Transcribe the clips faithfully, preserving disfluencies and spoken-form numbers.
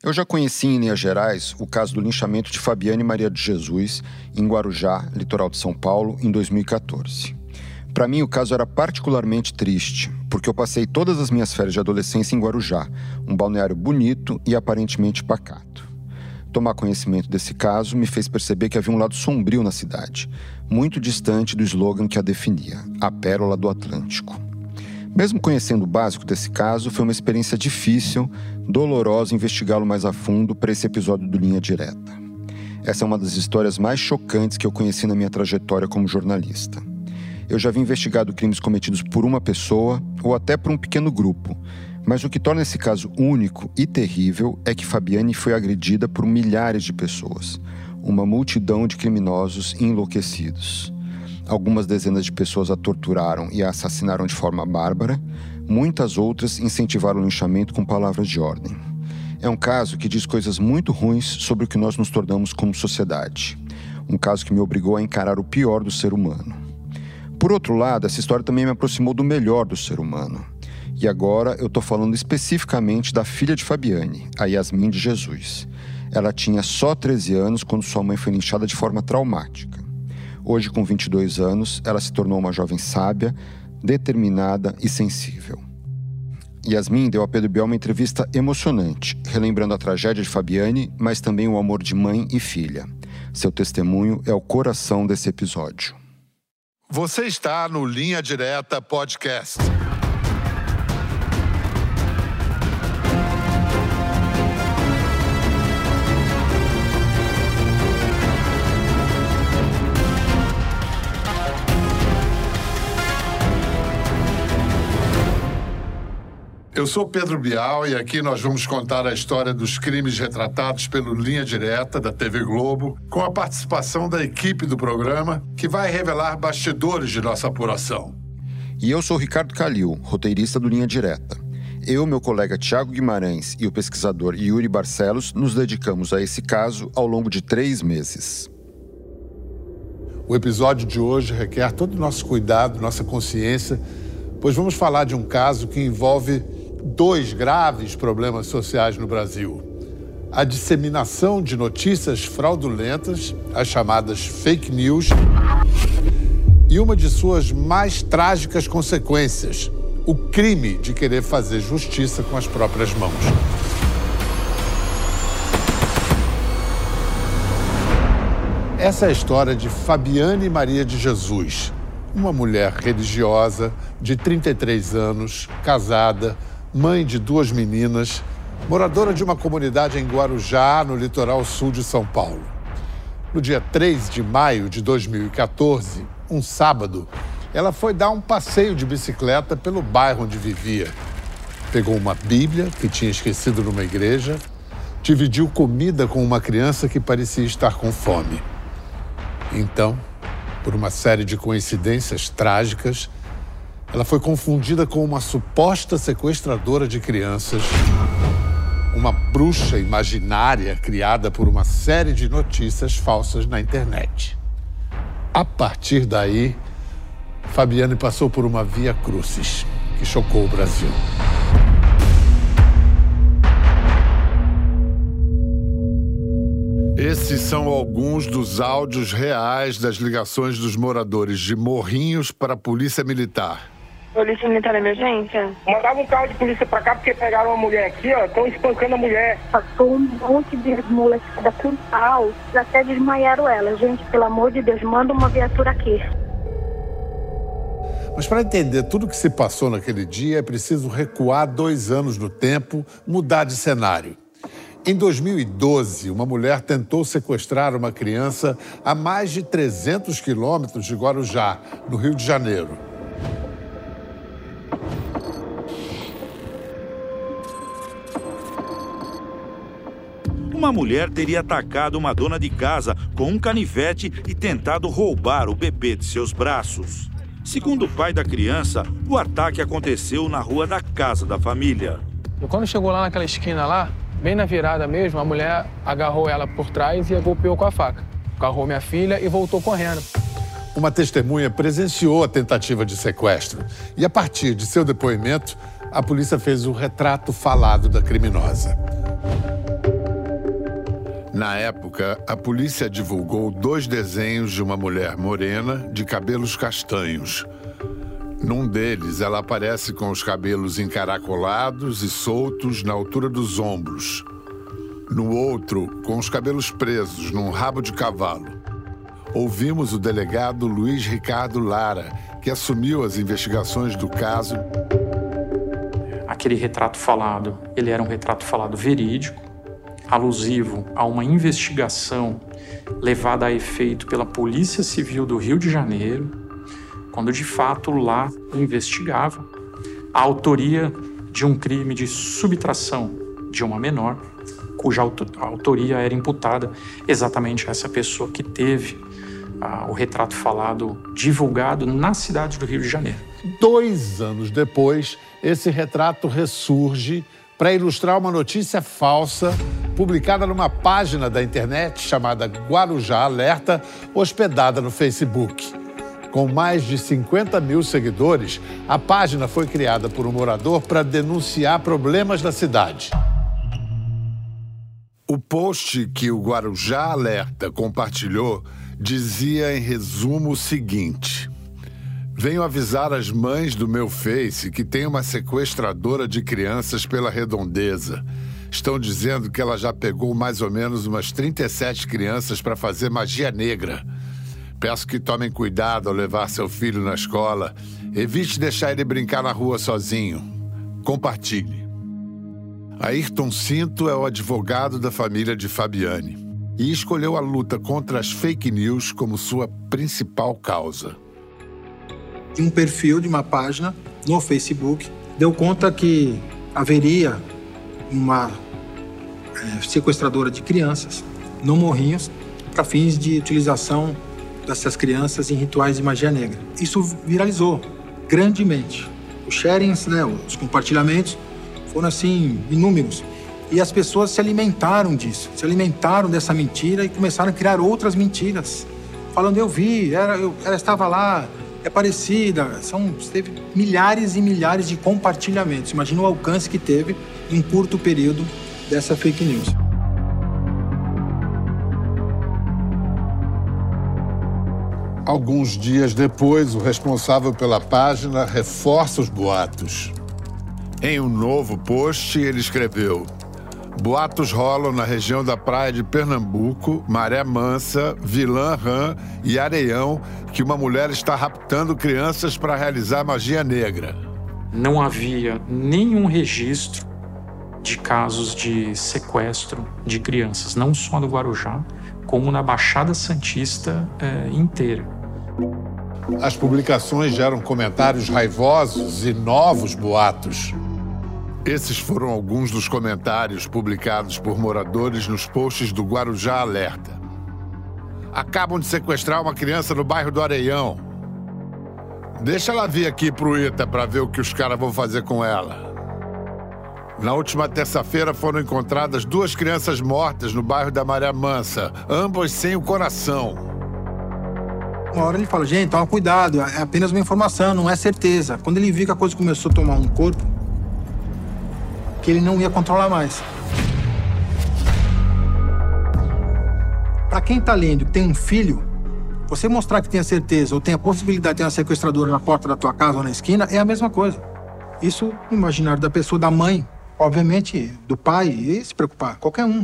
Eu já conheci em linhas gerais o caso do linchamento de Fabiane Maria de Jesus em Guarujá, litoral de São Paulo, em dois mil e quatorze. Para mim, o caso era particularmente triste, porque eu passei todas as minhas férias de adolescência em Guarujá, um balneário bonito e aparentemente pacato. Tomar conhecimento desse caso me fez perceber que havia um lado sombrio na cidade, muito distante do slogan que a definia, a Pérola do Atlântico. Mesmo conhecendo o básico desse caso, foi uma experiência difícil, dolorosa investigá-lo mais a fundo para esse episódio do Linha Direta. Essa é uma das histórias mais chocantes que eu conheci na minha trajetória como jornalista. Eu já havia investigado crimes cometidos por uma pessoa ou até por um pequeno grupo, mas o que torna esse caso único e terrível é que Fabiane foi agredida por milhares de pessoas, uma multidão de criminosos enlouquecidos. Algumas dezenas de pessoas a torturaram e a assassinaram de forma bárbara, muitas outras incentivaram o linchamento com palavras de ordem. É um caso que diz coisas muito ruins sobre o que nós nos tornamos como sociedade. Um caso que me obrigou a encarar o pior do ser humano. Por outro lado, essa história também me aproximou do melhor do ser humano. E agora eu estou falando especificamente da filha de Fabiane, a Yasmin de Jesus. Ela tinha só treze anos quando sua mãe foi linchada de forma traumática. Hoje, com vinte e dois anos, ela se tornou uma jovem sábia, determinada e sensível. Yasmin deu a Pedro Bial uma entrevista emocionante, relembrando a tragédia de Fabiane, mas também o amor de mãe e filha. Seu testemunho é o coração desse episódio. Você está no Linha Direta Podcast. Eu sou Pedro Bial e aqui nós vamos contar a história dos crimes retratados pelo Linha Direta da T V Globo, com a participação da equipe do programa, que vai revelar bastidores de nossa apuração. E eu sou Ricardo Calil, roteirista do Linha Direta. Eu, meu colega Tiago Guimarães e o pesquisador Yuri Barcelos nos dedicamos a esse caso ao longo de três meses. O episódio de hoje requer todo o nosso cuidado, nossa consciência, pois vamos falar de um caso que envolve dois graves problemas sociais no Brasil. A disseminação de notícias fraudulentas, as chamadas fake news, e uma de suas mais trágicas consequências, o crime de querer fazer justiça com as próprias mãos. Essa é a história de Fabiane Maria de Jesus, uma mulher religiosa de trinta e três anos, casada, mãe de duas meninas, moradora de uma comunidade em Guarujá, no litoral sul de São Paulo. No dia três de maio de dois mil e quatorze, um sábado, ela foi dar um passeio de bicicleta pelo bairro onde vivia. Pegou uma Bíblia que tinha esquecido numa igreja, dividiu comida com uma criança que parecia estar com fome. Então, por uma série de coincidências trágicas, ela foi confundida com uma suposta sequestradora de crianças, uma bruxa imaginária criada por uma série de notícias falsas na internet. A partir daí, Fabiane passou por uma via crucis que chocou o Brasil. Esses são alguns dos áudios reais das ligações dos moradores de Morrinhos para a Polícia Militar. Polícia Militar Emergência? Mandava um carro de polícia pra cá porque pegaram uma mulher aqui, ó, estão espancando a mulher. Passou um monte de molecada com pau, até desmaiaram ela. Gente, pelo amor de Deus, manda uma viatura aqui. Mas para entender tudo o que se passou naquele dia, é preciso recuar dois anos no tempo, mudar de cenário. Em dois mil e doze, uma mulher tentou sequestrar uma criança a mais de trezentos quilômetros de Guarujá, no Rio de Janeiro. Uma mulher teria atacado uma dona de casa com um canivete e tentado roubar o bebê de seus braços. Segundo o pai da criança, o ataque aconteceu na rua da casa da família. Quando chegou lá naquela esquina lá, bem na virada mesmo, a mulher agarrou ela por trás e a golpeou com a faca. Agarrou minha filha e voltou correndo. Uma testemunha presenciou a tentativa de sequestro e, a partir de seu depoimento, a polícia fez o retrato falado da criminosa. Na época, a polícia divulgou dois desenhos de uma mulher morena de cabelos castanhos. Num deles, ela aparece com os cabelos encaracolados e soltos na altura dos ombros. No outro, com os cabelos presos num rabo de cavalo. Ouvimos o delegado Luiz Ricardo Lara, que assumiu as investigações do caso. Aquele retrato falado, ele era um retrato falado verídico, alusivo a uma investigação levada a efeito pela Polícia Civil do Rio de Janeiro, quando de fato lá investigava a autoria de um crime de subtração de uma menor, cuja autoria era imputada exatamente a essa pessoa que teve ah, o retrato falado divulgado na cidade do Rio de Janeiro. Dois anos depois, esse retrato ressurge para ilustrar uma notícia falsa publicada numa página da internet chamada Guarujá Alerta, hospedada no Facebook. Com mais de cinquenta mil seguidores, a página foi criada por um morador para denunciar problemas da cidade. O post que o Guarujá Alerta compartilhou dizia em resumo o seguinte: venho avisar as mães do meu Face que tem uma sequestradora de crianças pela redondeza. Estão dizendo que ela já pegou mais ou menos umas trinta e sete crianças para fazer magia negra. Peço que tomem cuidado ao levar seu filho na escola. Evite deixar ele brincar na rua sozinho. Compartilhe. Ayrton Cinto é o advogado da família de Fabiane e escolheu a luta contra as fake news como sua principal causa. De um perfil de uma página no Facebook, deu conta que haveria uma é, sequestradora de crianças no Morrinhos para fins de utilização dessas crianças em rituais de magia negra. Isso viralizou grandemente. Os sharings, né, os compartilhamentos foram assim inúmeros. E as pessoas se alimentaram disso, se alimentaram dessa mentira e começaram a criar outras mentiras, falando eu vi, era, eu, ela estava lá, é parecida. São, teve milhares e milhares de compartilhamentos. Imagina o alcance que teve em um curto período dessa fake news. Alguns dias depois, o responsável pela página reforça os boatos. Em um novo post, ele escreveu: boatos rolam na região da praia de Pernambuco, Maré Mansa, Vilã Rã e Areião que uma mulher está raptando crianças para realizar magia negra. Não havia nenhum registro de casos de sequestro de crianças, não só no Guarujá, como na Baixada Santista é, inteira. As publicações geram comentários raivosos e novos boatos. Esses foram alguns dos comentários publicados por moradores nos posts do Guarujá Alerta. Acabam de sequestrar uma criança no bairro do Areião. Deixa ela vir aqui pro Ita para ver o que os caras vão fazer com ela. Na última terça-feira foram encontradas duas crianças mortas no bairro da Maré Mansa, ambas sem o coração. Uma hora ele fala, gente, toma cuidado, é apenas uma informação, não é certeza. Quando ele viu que a coisa começou a tomar um corpo, que ele não ia controlar mais. Para quem tá lendo que tem um filho, você mostrar que tem a certeza ou tem a possibilidade de ter uma sequestradora na porta da tua casa ou na esquina, é a mesma coisa. Isso no imaginário da pessoa, da mãe, obviamente, do pai, e se preocupar, qualquer um.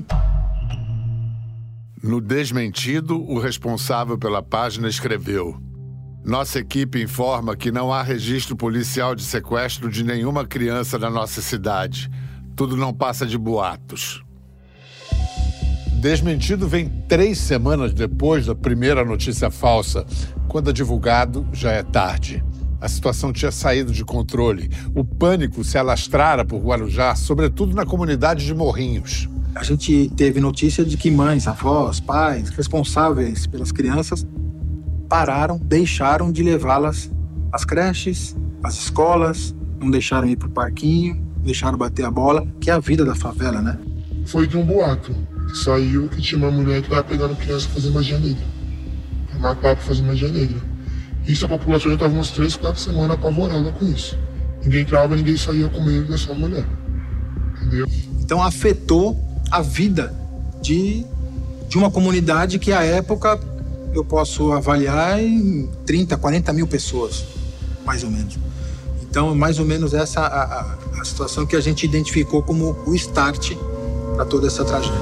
No desmentido, o responsável pela página escreveu: nossa equipe informa que não há registro policial de sequestro de nenhuma criança na nossa cidade. Tudo não passa de boatos. Desmentido vem três semanas depois da primeira notícia falsa. Quando é divulgado, já é tarde. A situação tinha saído de controle. O pânico se alastrara por Guarujá, sobretudo na comunidade de Morrinhos. A gente teve notícia de que mães, avós, pais, responsáveis pelas crianças, pararam, deixaram de levá-las às creches, às escolas, não deixaram ir pro parquinho, deixaram bater a bola, que é a vida da favela, né? Foi de um boato. Saiu que tinha uma mulher que tava pegando criança pra fazer magia negra. Pra matar, pra fazer magia negra. Isso a população já tava umas três, quatro semanas apavorada com isso. Ninguém entrava, ninguém saía com medo dessa mulher. Entendeu? Então afetou a vida de de uma comunidade que, à época, eu posso avaliar em trinta, quarenta mil pessoas, mais ou menos. Então, mais ou menos essa a, a, a situação que a gente identificou como o start para toda essa tragédia.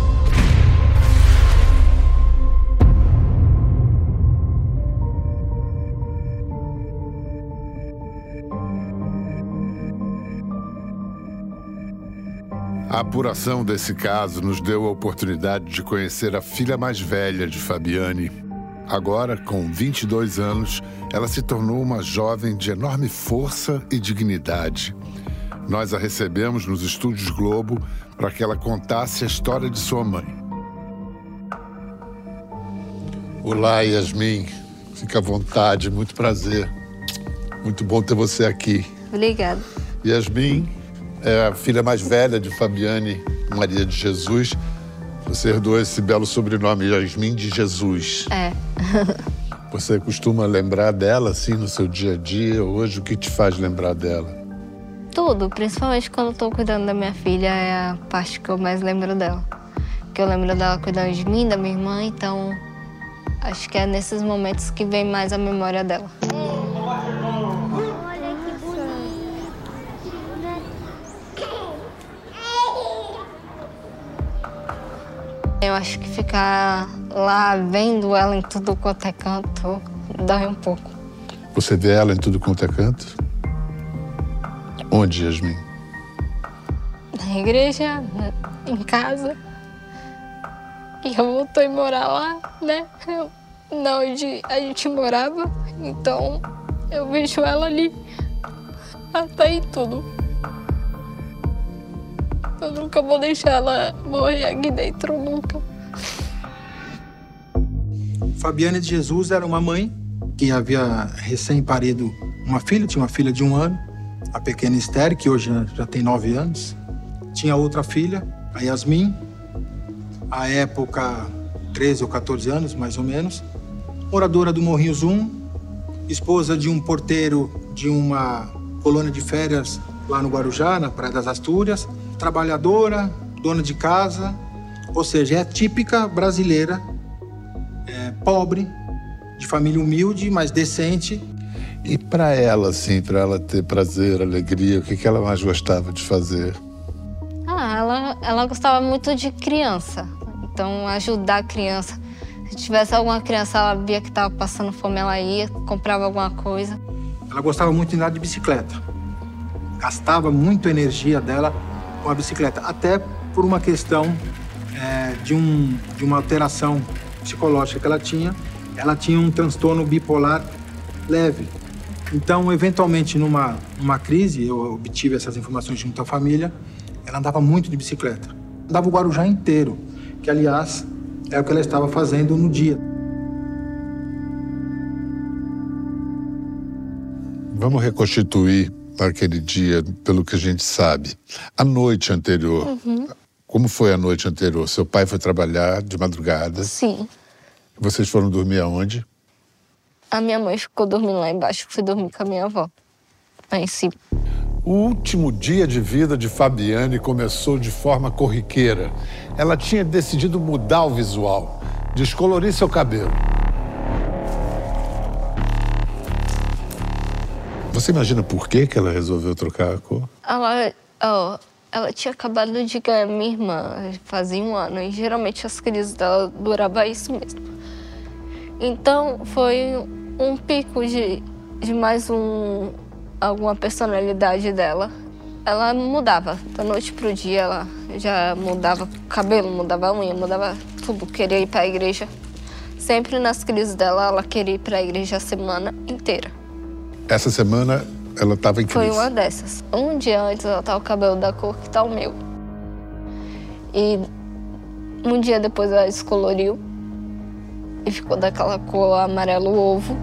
A apuração desse caso nos deu a oportunidade de conhecer a filha mais velha de Fabiane. Agora, com vinte e dois anos, ela se tornou uma jovem de enorme força e dignidade. Nós a recebemos nos Estúdios Globo para que ela contasse a história de sua mãe. Olá, Yasmin. Fica à vontade, muito prazer. Muito bom ter você aqui. Obrigada. Yasmin é a filha mais velha de Fabiane Maria de Jesus. Você herdou esse belo sobrenome, Yasmin de Jesus. É. Você costuma lembrar dela, assim, no seu dia a dia? Hoje, o que te faz lembrar dela? Tudo, principalmente quando eu tô cuidando da minha filha, é a parte que eu mais lembro dela. Que eu lembro dela cuidando de mim, da minha irmã, então acho que é nesses momentos que vem mais a memória dela. Eu acho que ficar lá vendo ela em tudo quanto é canto dói um pouco. Você vê ela em tudo quanto é canto? Onde, Yasmin? Na igreja, na, em casa. E eu voltei a morar lá, né? Eu, na onde a gente morava. Então, eu vejo ela ali. Até em tudo. Eu nunca vou deixar ela morrer aqui dentro, nunca. Fabiane de Jesus era uma mãe que havia recém-parido uma filha, tinha uma filha de um ano, a pequena Esther, que hoje já tem nove anos. Tinha outra filha, a Yasmin, à época treze ou quatorze anos, mais ou menos. Moradora do Morrinhos um, esposa de um porteiro de uma colônia de férias lá no Guarujá, na Praia das Astúrias. Trabalhadora, dona de casa, ou seja, é típica brasileira, é, pobre, de família humilde, mas decente. E para ela, assim, para ela ter prazer, alegria, o que, que ela mais gostava de fazer? Ah, ela, ela gostava muito de criança, então ajudar a criança. Se tivesse alguma criança, ela via que estava passando fome, ela ia, comprava alguma coisa. Ela gostava muito de andar de bicicleta, gastava muito a energia dela com a bicicleta, até por uma questão é, de, um, de uma alteração psicológica que ela tinha. Ela tinha um transtorno bipolar leve. Então, eventualmente, numa, numa crise, eu obtive essas informações junto à família, ela andava muito de bicicleta. Andava o Guarujá inteiro, que, aliás, é o que ela estava fazendo no dia. Vamos reconstituir aquele dia, pelo que a gente sabe. A noite anterior, Uhum. Como foi a noite anterior? Seu pai foi trabalhar de madrugada? Sim. Vocês foram dormir aonde? A minha mãe ficou dormindo lá embaixo, fui dormir com a minha avó, lá em cima. O último dia de vida de Fabiane começou de forma corriqueira. Ela tinha decidido mudar o visual, descolorir seu cabelo. Você imagina por que que ela resolveu trocar a cor? Ela, ó, ela tinha acabado de ganhar minha irmã, fazia um ano, e geralmente as crises dela duravam isso mesmo. Então foi um pico de, de mais um, alguma personalidade dela. Ela mudava, da noite pro dia ela já mudava o cabelo, mudava a unha, mudava tudo, queria ir pra igreja. Sempre nas crises dela, ela queria ir pra igreja a semana inteira. Essa semana ela estava em crise. Foi uma dessas. Um dia antes ela tava com o cabelo da cor que tá o meu. E um dia depois ela descoloriu e ficou daquela cor amarelo ovo.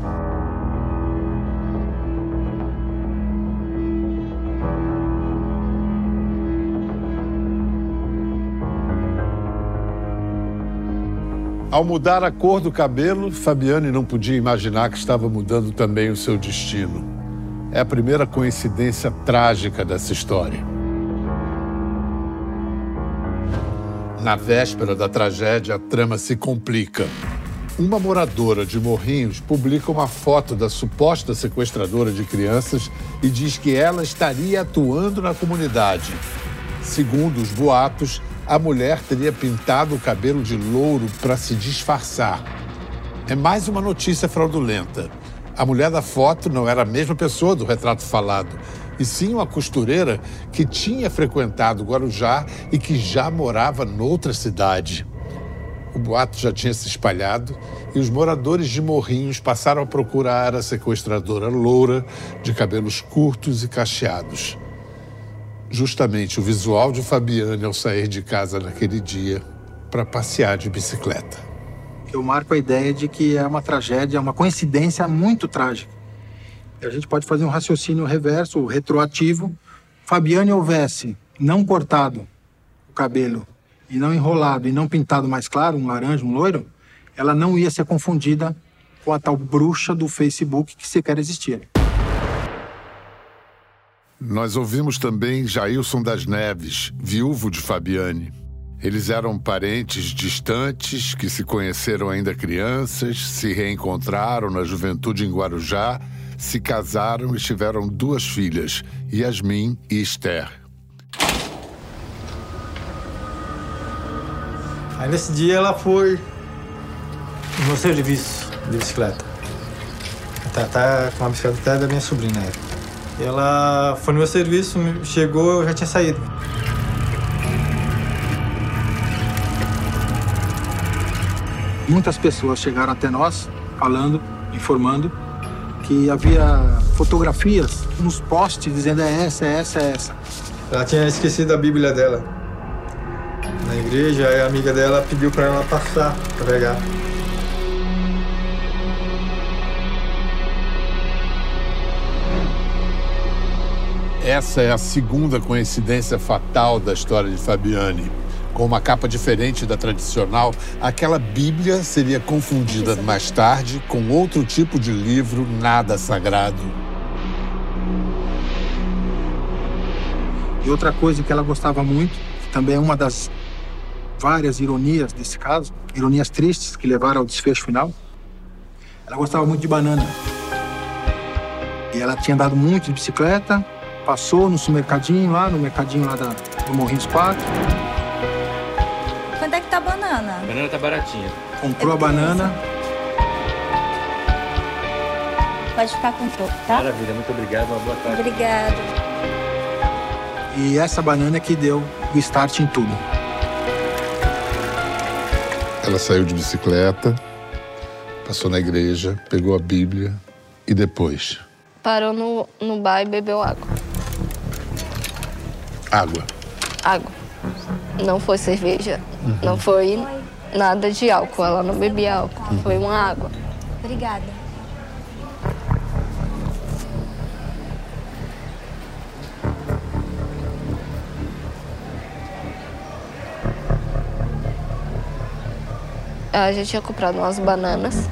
Ao mudar a cor do cabelo, Fabiane não podia imaginar que estava mudando também o seu destino. É a primeira coincidência trágica dessa história. Na véspera da tragédia, a trama se complica. Uma moradora de Morrinhos publica uma foto da suposta sequestradora de crianças e diz que ela estaria atuando na comunidade. Segundo os boatos, a mulher teria pintado o cabelo de louro para se disfarçar. É mais uma notícia fraudulenta. A mulher da foto não era a mesma pessoa do retrato falado, e sim uma costureira que tinha frequentado Guarujá e que já morava noutra cidade. O boato já tinha se espalhado e os moradores de Morrinhos passaram a procurar a sequestradora loura de cabelos curtos e cacheados. Justamente o visual de Fabiane ao sair de casa naquele dia para passear de bicicleta. Eu marco a ideia de que é uma tragédia, uma coincidência muito trágica. A gente pode fazer um raciocínio reverso, retroativo. Fabiane houvesse não cortado o cabelo e não enrolado e não pintado mais claro, um laranja, um loiro, ela não ia ser confundida com a tal bruxa do Facebook que sequer existia. Nós ouvimos também Jailson das Neves, viúvo de Fabiane. Eles eram parentes distantes que se conheceram ainda crianças, se reencontraram na juventude em Guarujá, se casaram e tiveram duas filhas, Yasmin e Esther. Aí nesse dia ela foi no meu serviço de bicicleta. Tá, tá com uma bicicleta até da minha sobrinha, né? Ela foi no meu serviço, chegou, eu já tinha saído. Muitas pessoas chegaram até nós, falando, informando, que havia fotografias nos posts dizendo é essa, é essa, é essa. Ela tinha esquecido a Bíblia dela na igreja, aí a amiga dela pediu para ela passar para pegar. Essa é a segunda coincidência fatal da história de Fabiane. Com uma capa diferente da tradicional, aquela Bíblia seria confundida mais tarde com outro tipo de livro nada sagrado. E outra coisa que ela gostava muito, que também é uma das várias ironias desse caso, ironias tristes que levaram ao desfecho final, ela gostava muito de banana. E ela tinha andado muito de bicicleta, passou no supermercadinho lá, no mercadinho lá da, do Morrinhos quatro. Quanto é que tá a banana? A banana tá baratinha. Comprou a banana. Pode ficar com tudo, tá? Maravilha, muito obrigado, uma boa tarde. Obrigada. E essa banana é que deu o start em tudo. Ela saiu de bicicleta, passou na igreja, pegou a Bíblia e depois... Parou no, no bar e bebeu água. Água? Água. Não foi cerveja, uhum. Não foi nada de álcool, ela não bebia álcool, uhum. Foi uma água. Obrigada. A gente tinha comprado umas bananas.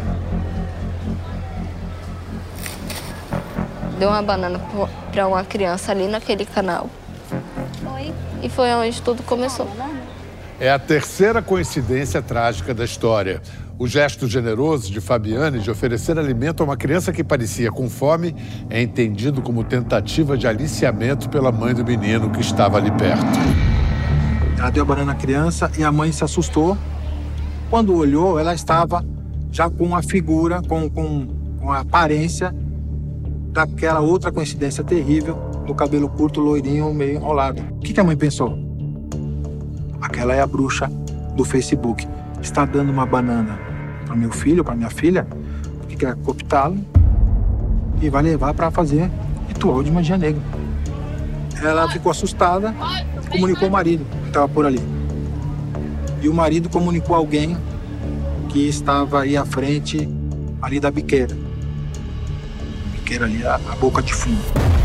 Deu uma banana para uma criança ali naquele canal. Oi. E foi onde tudo começou. É a terceira coincidência trágica da história. O gesto generoso de Fabiane de oferecer alimento a uma criança que parecia com fome é entendido como tentativa de aliciamento pela mãe do menino que estava ali perto. Ela deu a banana à criança e a mãe se assustou. Quando olhou, ela estava já com a figura, com, com, com a aparência daquela outra coincidência terrível, do cabelo curto, loirinho, meio enrolado. O que, que a mãe pensou? Aquela é a bruxa do Facebook. Está dando uma banana para meu filho, para minha filha, porque quer cooptá-lo e vai levar para fazer ritual de magia negra. Ela ficou assustada e comunicou ao marido que estava por ali. E o marido comunicou a alguém que estava aí à frente, ali da biqueira. Biqueira ali, a, a boca de fundo.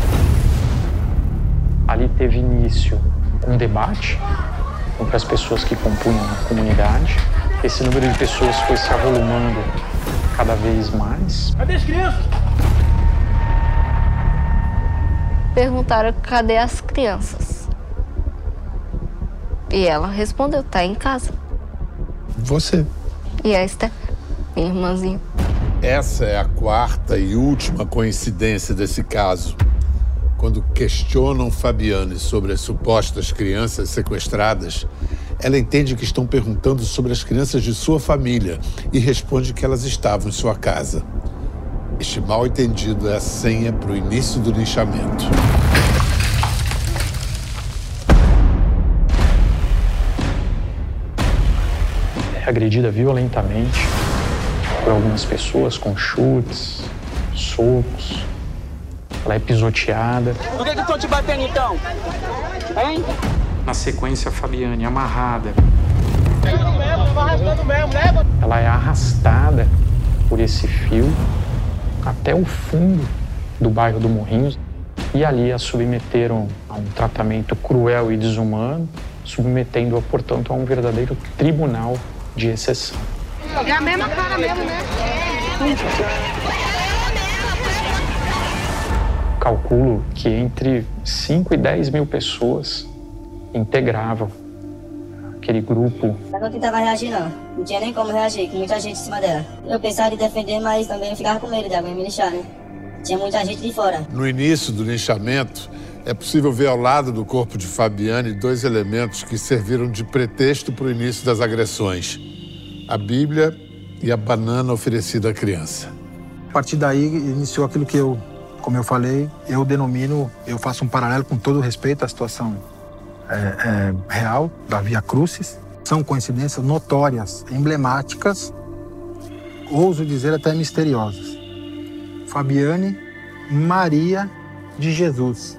Ali teve início um debate entre as pessoas que compunham a comunidade. Esse número de pessoas foi se avolumando cada vez mais. Cadê as crianças? Perguntaram cadê as crianças. E ela respondeu, tá em casa. Você. E a Esther, minha irmãzinha. Essa é a quarta e última coincidência desse caso. Quando questionam Fabiane sobre as supostas crianças sequestradas, ela entende que estão perguntando sobre as crianças de sua família e responde que elas estavam em sua casa. Este mal-entendido é a senha para o início do linchamento. É agredida violentamente por algumas pessoas com chutes, socos. Ela é pisoteada. Por que que estão te batendo então? Hein? Na sequência, a Fabiane é amarrada. Mesmo, arrastando mesmo, leva. Ela é arrastada por esse fio até o fundo do bairro do Morrinhos e ali a submeteram a um tratamento cruel e desumano, submetendo-a, portanto, a um verdadeiro tribunal de exceção. É a mesma cara mesmo, né? Calculo que entre cinco e dez mil pessoas integravam aquele grupo. Eu não tentava reagir, não. Não tinha nem como reagir, com muita gente em cima dela. Eu pensava em defender, mas também eu ficava com medo de alguém me lixar, né? Tinha muita gente de fora. No início do linchamento, é possível ver ao lado do corpo de Fabiane dois elementos que serviram de pretexto para o início das agressões: a Bíblia e a banana oferecida à criança. A partir daí, iniciou aquilo que eu, como eu falei, eu denomino, eu faço um paralelo com todo o respeito à situação é, é, real da Via Crucis. São coincidências notórias, emblemáticas, ouso dizer até misteriosas. Fabiane Maria de Jesus.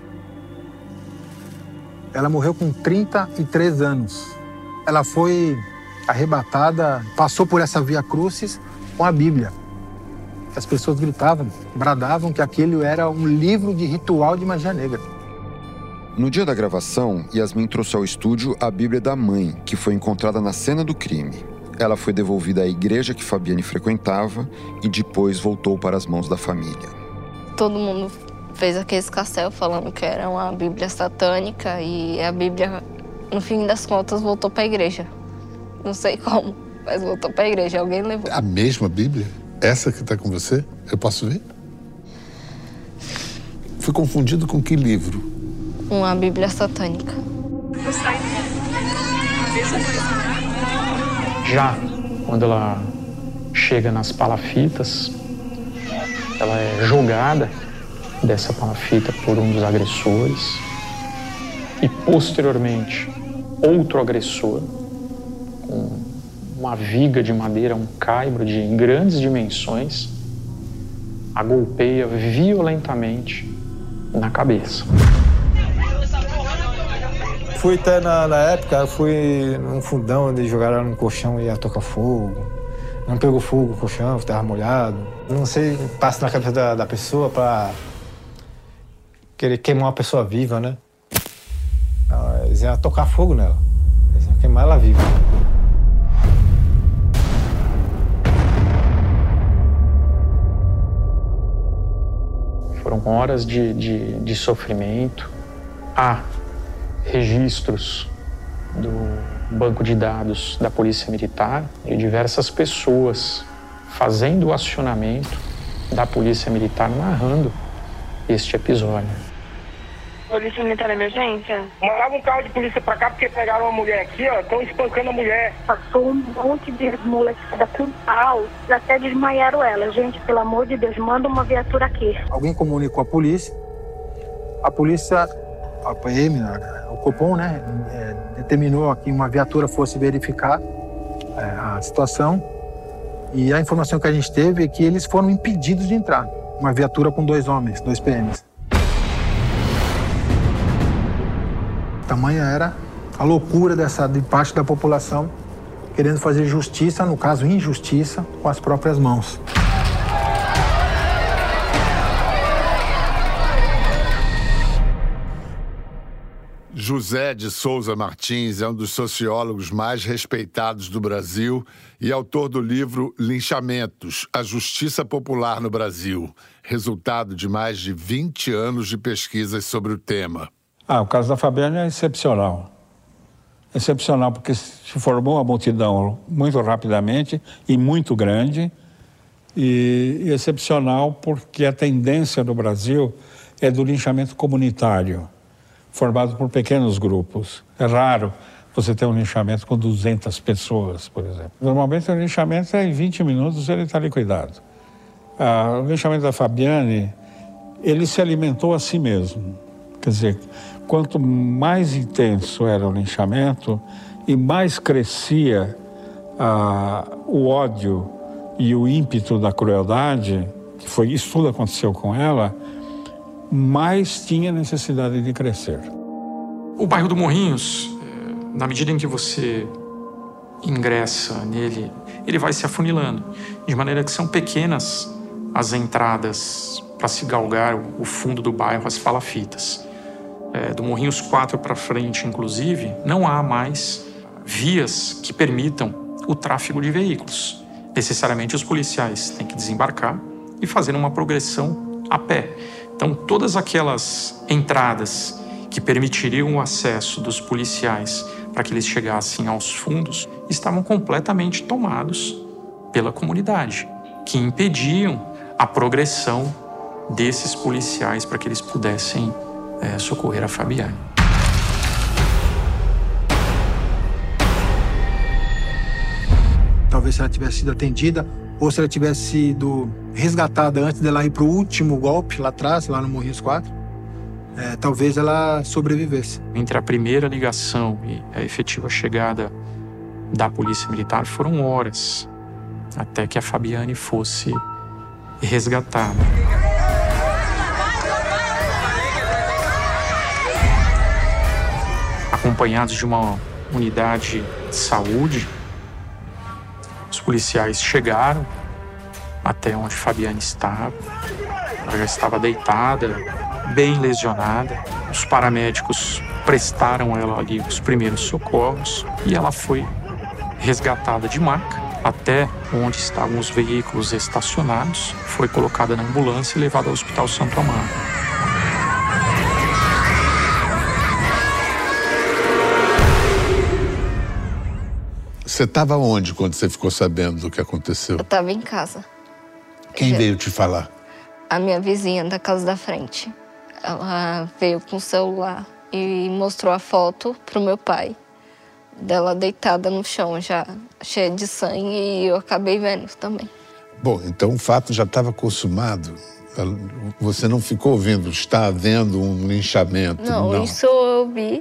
Ela morreu com trinta e três anos. Ela foi arrebatada, passou por essa Via Crucis com a Bíblia. As pessoas gritavam, bradavam que aquele era um livro de ritual de magia negra. No dia da gravação, Yasmin trouxe ao estúdio a Bíblia da mãe, que foi encontrada na cena do crime. Ela foi devolvida à igreja que Fabiane frequentava e depois voltou para as mãos da família. Todo mundo fez aquele escarcéu falando que era uma Bíblia satânica e a Bíblia, no fim das contas, voltou para a igreja. Não sei como, mas voltou para a igreja. Alguém levou. A mesma Bíblia? Essa que está com você? Eu posso ver? Fui confundido com que livro? Uma Bíblia satânica. Já quando ela chega nas palafitas, ela é jogada dessa palafita por um dos agressores e, posteriormente, outro agressor com uma viga de madeira, um caibro de grandes dimensões, a golpeia violentamente na cabeça. Fui até na, na época, fui num fundão onde jogaram no colchão e ia tocar fogo. Não pegou fogo o colchão, estava molhado. Não sei, passa na cabeça da, da pessoa pra querer queimar uma pessoa viva, né? Eles iam tocar fogo nela, eles iam queimar ela viva. Foram horas de, de, de sofrimento. Há registros do banco de dados da Polícia Militar de diversas pessoas fazendo o acionamento da Polícia Militar, narrando este episódio. Polícia Militar Emergência? Mandava um carro de polícia pra cá porque pegaram uma mulher aqui, ó, estão espancando a mulher. Passou um monte de molecada com pau, até desmaiaram ela. Gente, pelo amor de Deus, manda uma viatura aqui. Alguém comunicou a polícia, a polícia, a P M, o Copom, né, é, determinou que uma viatura fosse verificar é, a situação, e a informação que a gente teve é que eles foram impedidos de entrar. Uma viatura com dois homens, dois P Ms. Tamanha era a loucura dessa, de parte da população querendo fazer justiça, no caso injustiça, com as próprias mãos. José de Souza Martins é um dos sociólogos mais respeitados do Brasil e autor do livro Linchamentos, a Justiça Popular no Brasil, resultado de mais de vinte anos de pesquisas sobre o tema. Ah, o caso da Fabiane é excepcional. Excepcional porque se formou uma multidão muito rapidamente e muito grande. E, e excepcional porque a tendência no Brasil é do linchamento comunitário, formado por pequenos grupos. É raro você ter um linchamento com duzentas pessoas, por exemplo. Normalmente o linchamento é em vinte minutos ele está liquidado. Ah, o linchamento da Fabiane, ele se alimentou a si mesmo. Quer dizer, quanto mais intenso era o linchamento e mais crescia ah, o ódio e o ímpeto da crueldade, que foi isso tudo aconteceu com ela, mais tinha necessidade de crescer. O bairro do Morrinhos, na medida em que você ingressa nele, ele vai se afunilando, de maneira que são pequenas as entradas para se galgar o fundo do bairro, as palafitas. É, do Morrinhos quatro para frente, inclusive, não há mais vias que permitam o tráfego de veículos. Necessariamente os policiais têm que desembarcar e fazer uma progressão a pé. Então, todas aquelas entradas que permitiriam o acesso dos policiais para que eles chegassem aos fundos estavam completamente tomados pela comunidade, que impediam a progressão desses policiais para que eles pudessem é, socorrer a Fabiane. Talvez se ela tivesse sido atendida ou se ela tivesse sido resgatada antes dela ir para o último golpe lá atrás, lá no Morrinhos quatro, é, talvez ela sobrevivesse. Entre a primeira ligação e a efetiva chegada da Polícia Militar foram horas até que a Fabiane fosse resgatada. Acompanhados de uma unidade de saúde, os policiais chegaram até onde Fabiane estava. Ela já estava deitada, bem lesionada. Os paramédicos prestaram a ela ali os primeiros socorros e ela foi resgatada de maca até onde estavam os veículos estacionados. Foi colocada na ambulância e levada ao Hospital Santo Amaro. Você estava onde quando você ficou sabendo do que aconteceu? Eu estava em casa. Quem Já... veio te falar? A minha vizinha da casa da frente. Ela veio com o celular e mostrou a foto pro meu pai. Dela deitada no chão, já cheia de sangue, e eu acabei vendo também. Bom, então o fato já estava consumado. Você não ficou ouvindo, está havendo um linchamento? Não, não, isso eu vi.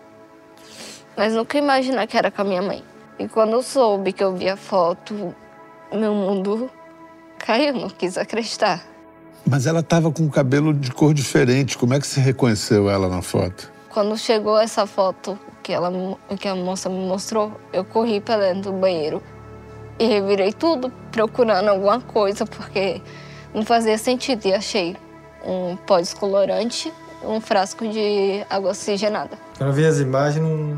Mas nunca imaginei que era com a minha mãe. E quando eu soube que eu vi a foto, meu mundo caiu, não quis acreditar. Mas ela estava com o cabelo de cor diferente. Como é que você reconheceu ela na foto? Quando chegou essa foto que, ela, que a moça me mostrou, eu corri para dentro do banheiro e revirei tudo procurando alguma coisa, porque não fazia sentido. E achei um pó descolorante, um frasco de água oxigenada. Quando eu vi as imagens, não...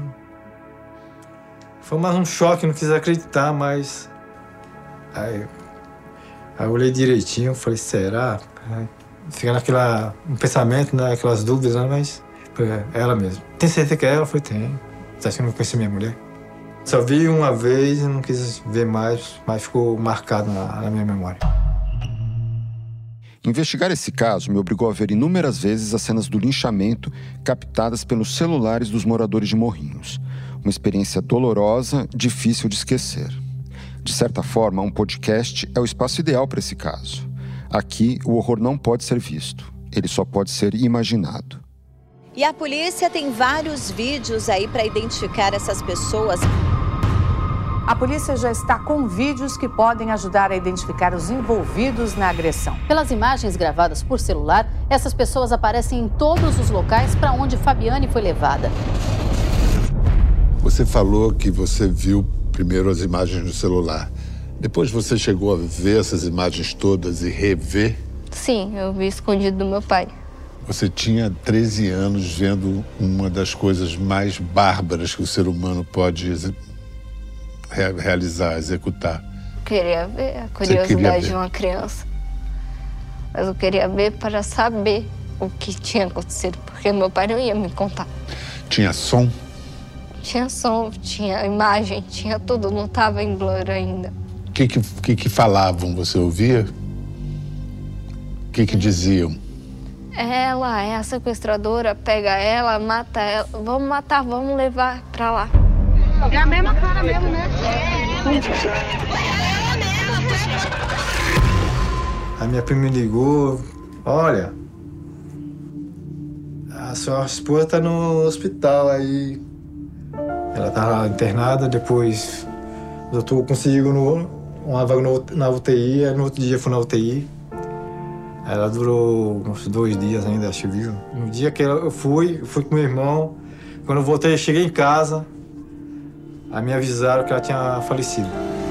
foi mais um choque, não quis acreditar, mas... Aí, aí eu olhei direitinho, falei, será? Fica naquela, um pensamento, né, aquelas dúvidas, né, mas é ela mesmo. Tem certeza que é ela? Eu falei, tem. Você acha que eu não conheci minha mulher? Só vi uma vez e não quis ver mais, mas ficou marcado na, na minha memória. Investigar esse caso me obrigou a ver inúmeras vezes as cenas do linchamento captadas pelos celulares dos moradores de Morrinhos. Uma experiência dolorosa, difícil de esquecer. De certa forma, um podcast é o espaço ideal para esse caso. Aqui, o horror não pode ser visto. Ele só pode ser imaginado. E a polícia tem vários vídeos aí para identificar essas pessoas. A polícia já está com vídeos que podem ajudar a identificar os envolvidos na agressão. Pelas imagens gravadas por celular, essas pessoas aparecem em todos os locais para onde Fabiane foi levada. Você falou que você viu primeiro as imagens no celular. Depois você chegou a ver essas imagens todas e rever? Sim, eu vi escondido do meu pai. Você tinha treze anos vendo uma das coisas mais bárbaras que o ser humano pode realizar, executar. Eu queria ver a curiosidade ver. de uma criança. Mas eu queria ver para saber o que tinha acontecido, porque meu pai não ia me contar. Tinha som? Tinha som, tinha imagem, tinha tudo, não tava em blur ainda. O que que, que que falavam? Você ouvia? O que que diziam? Ela é a sequestradora, pega ela, mata ela. Vamos matar, vamos levar pra lá. É a mesma cara mesmo, né? A minha prima me ligou, olha, a sua esposa tá no hospital aí. Ela tá internada, depois o doutor conseguiu no, uma vaga no, na U T I, aí no outro dia foi na U T I. Ela durou uns dois dias ainda, acho que viu. No dia que eu fui, eu fui com meu irmão. Quando eu voltei, eu cheguei em casa, aí me avisaram que ela tinha falecido.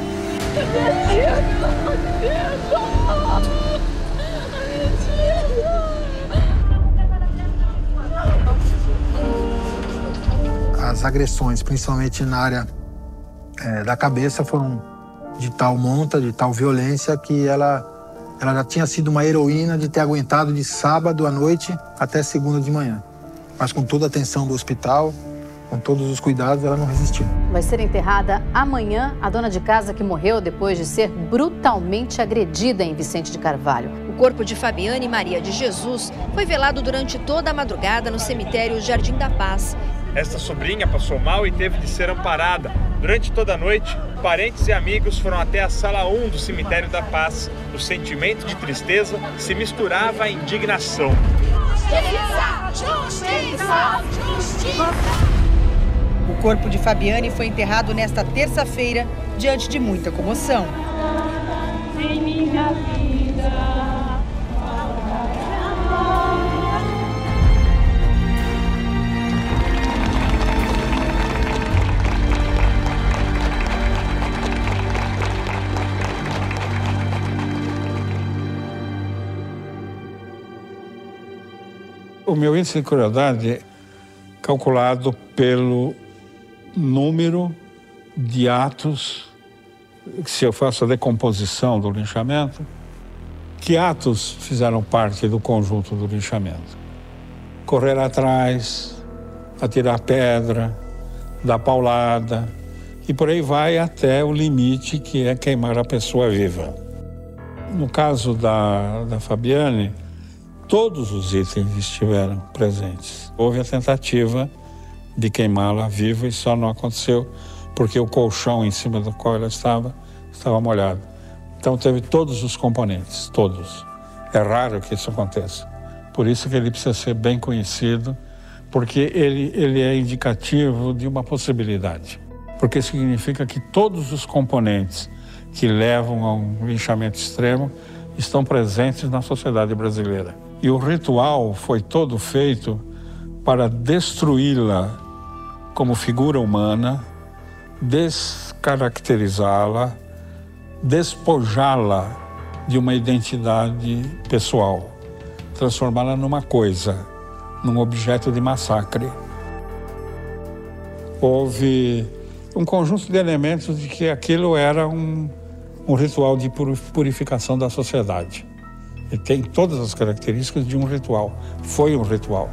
As agressões, principalmente na área é, da cabeça, foram de tal monta, de tal violência, que ela, ela já tinha sido uma heroína de ter aguentado de sábado à noite até segunda de manhã. Mas com toda a atenção do hospital, com todos os cuidados, ela não resistiu. Vai ser enterrada amanhã a dona de casa que morreu depois de ser brutalmente agredida em Vicente de Carvalho. O corpo de Fabiane Maria de Jesus foi velado durante toda a madrugada no cemitério Jardim da Paz. Esta sobrinha passou mal e teve de ser amparada. Durante toda a noite, parentes e amigos foram até a sala um do cemitério da Paz. O sentimento de tristeza se misturava à indignação. Justiça! Justiça! Justiça! O corpo de Fabiane foi enterrado nesta terça-feira, diante de muita comoção. Em minha vida. O meu índice de crueldade é calculado pelo número de atos, se eu faço a decomposição do linchamento, que atos fizeram parte do conjunto do linchamento. Correr atrás, atirar pedra, dar paulada, e por aí vai até o limite, que é queimar a pessoa viva. No caso da, da Fabiane, todos os itens estiveram presentes. Houve a tentativa de queimá-la viva e só não aconteceu porque o colchão em cima do qual ela estava, estava molhado. Então teve todos os componentes, todos. É raro que isso aconteça. Por isso que ele precisa ser bem conhecido, porque ele, ele é indicativo de uma possibilidade. Porque significa que todos os componentes que levam a um linchamento extremo estão presentes na sociedade brasileira. E o ritual foi todo feito para destruí-la como figura humana, descaracterizá-la, despojá-la de uma identidade pessoal, transformá-la numa coisa, num objeto de massacre. Houve um conjunto de elementos de que aquilo era um, um ritual de purificação da sociedade. E tem todas as características de um ritual. Foi um ritual.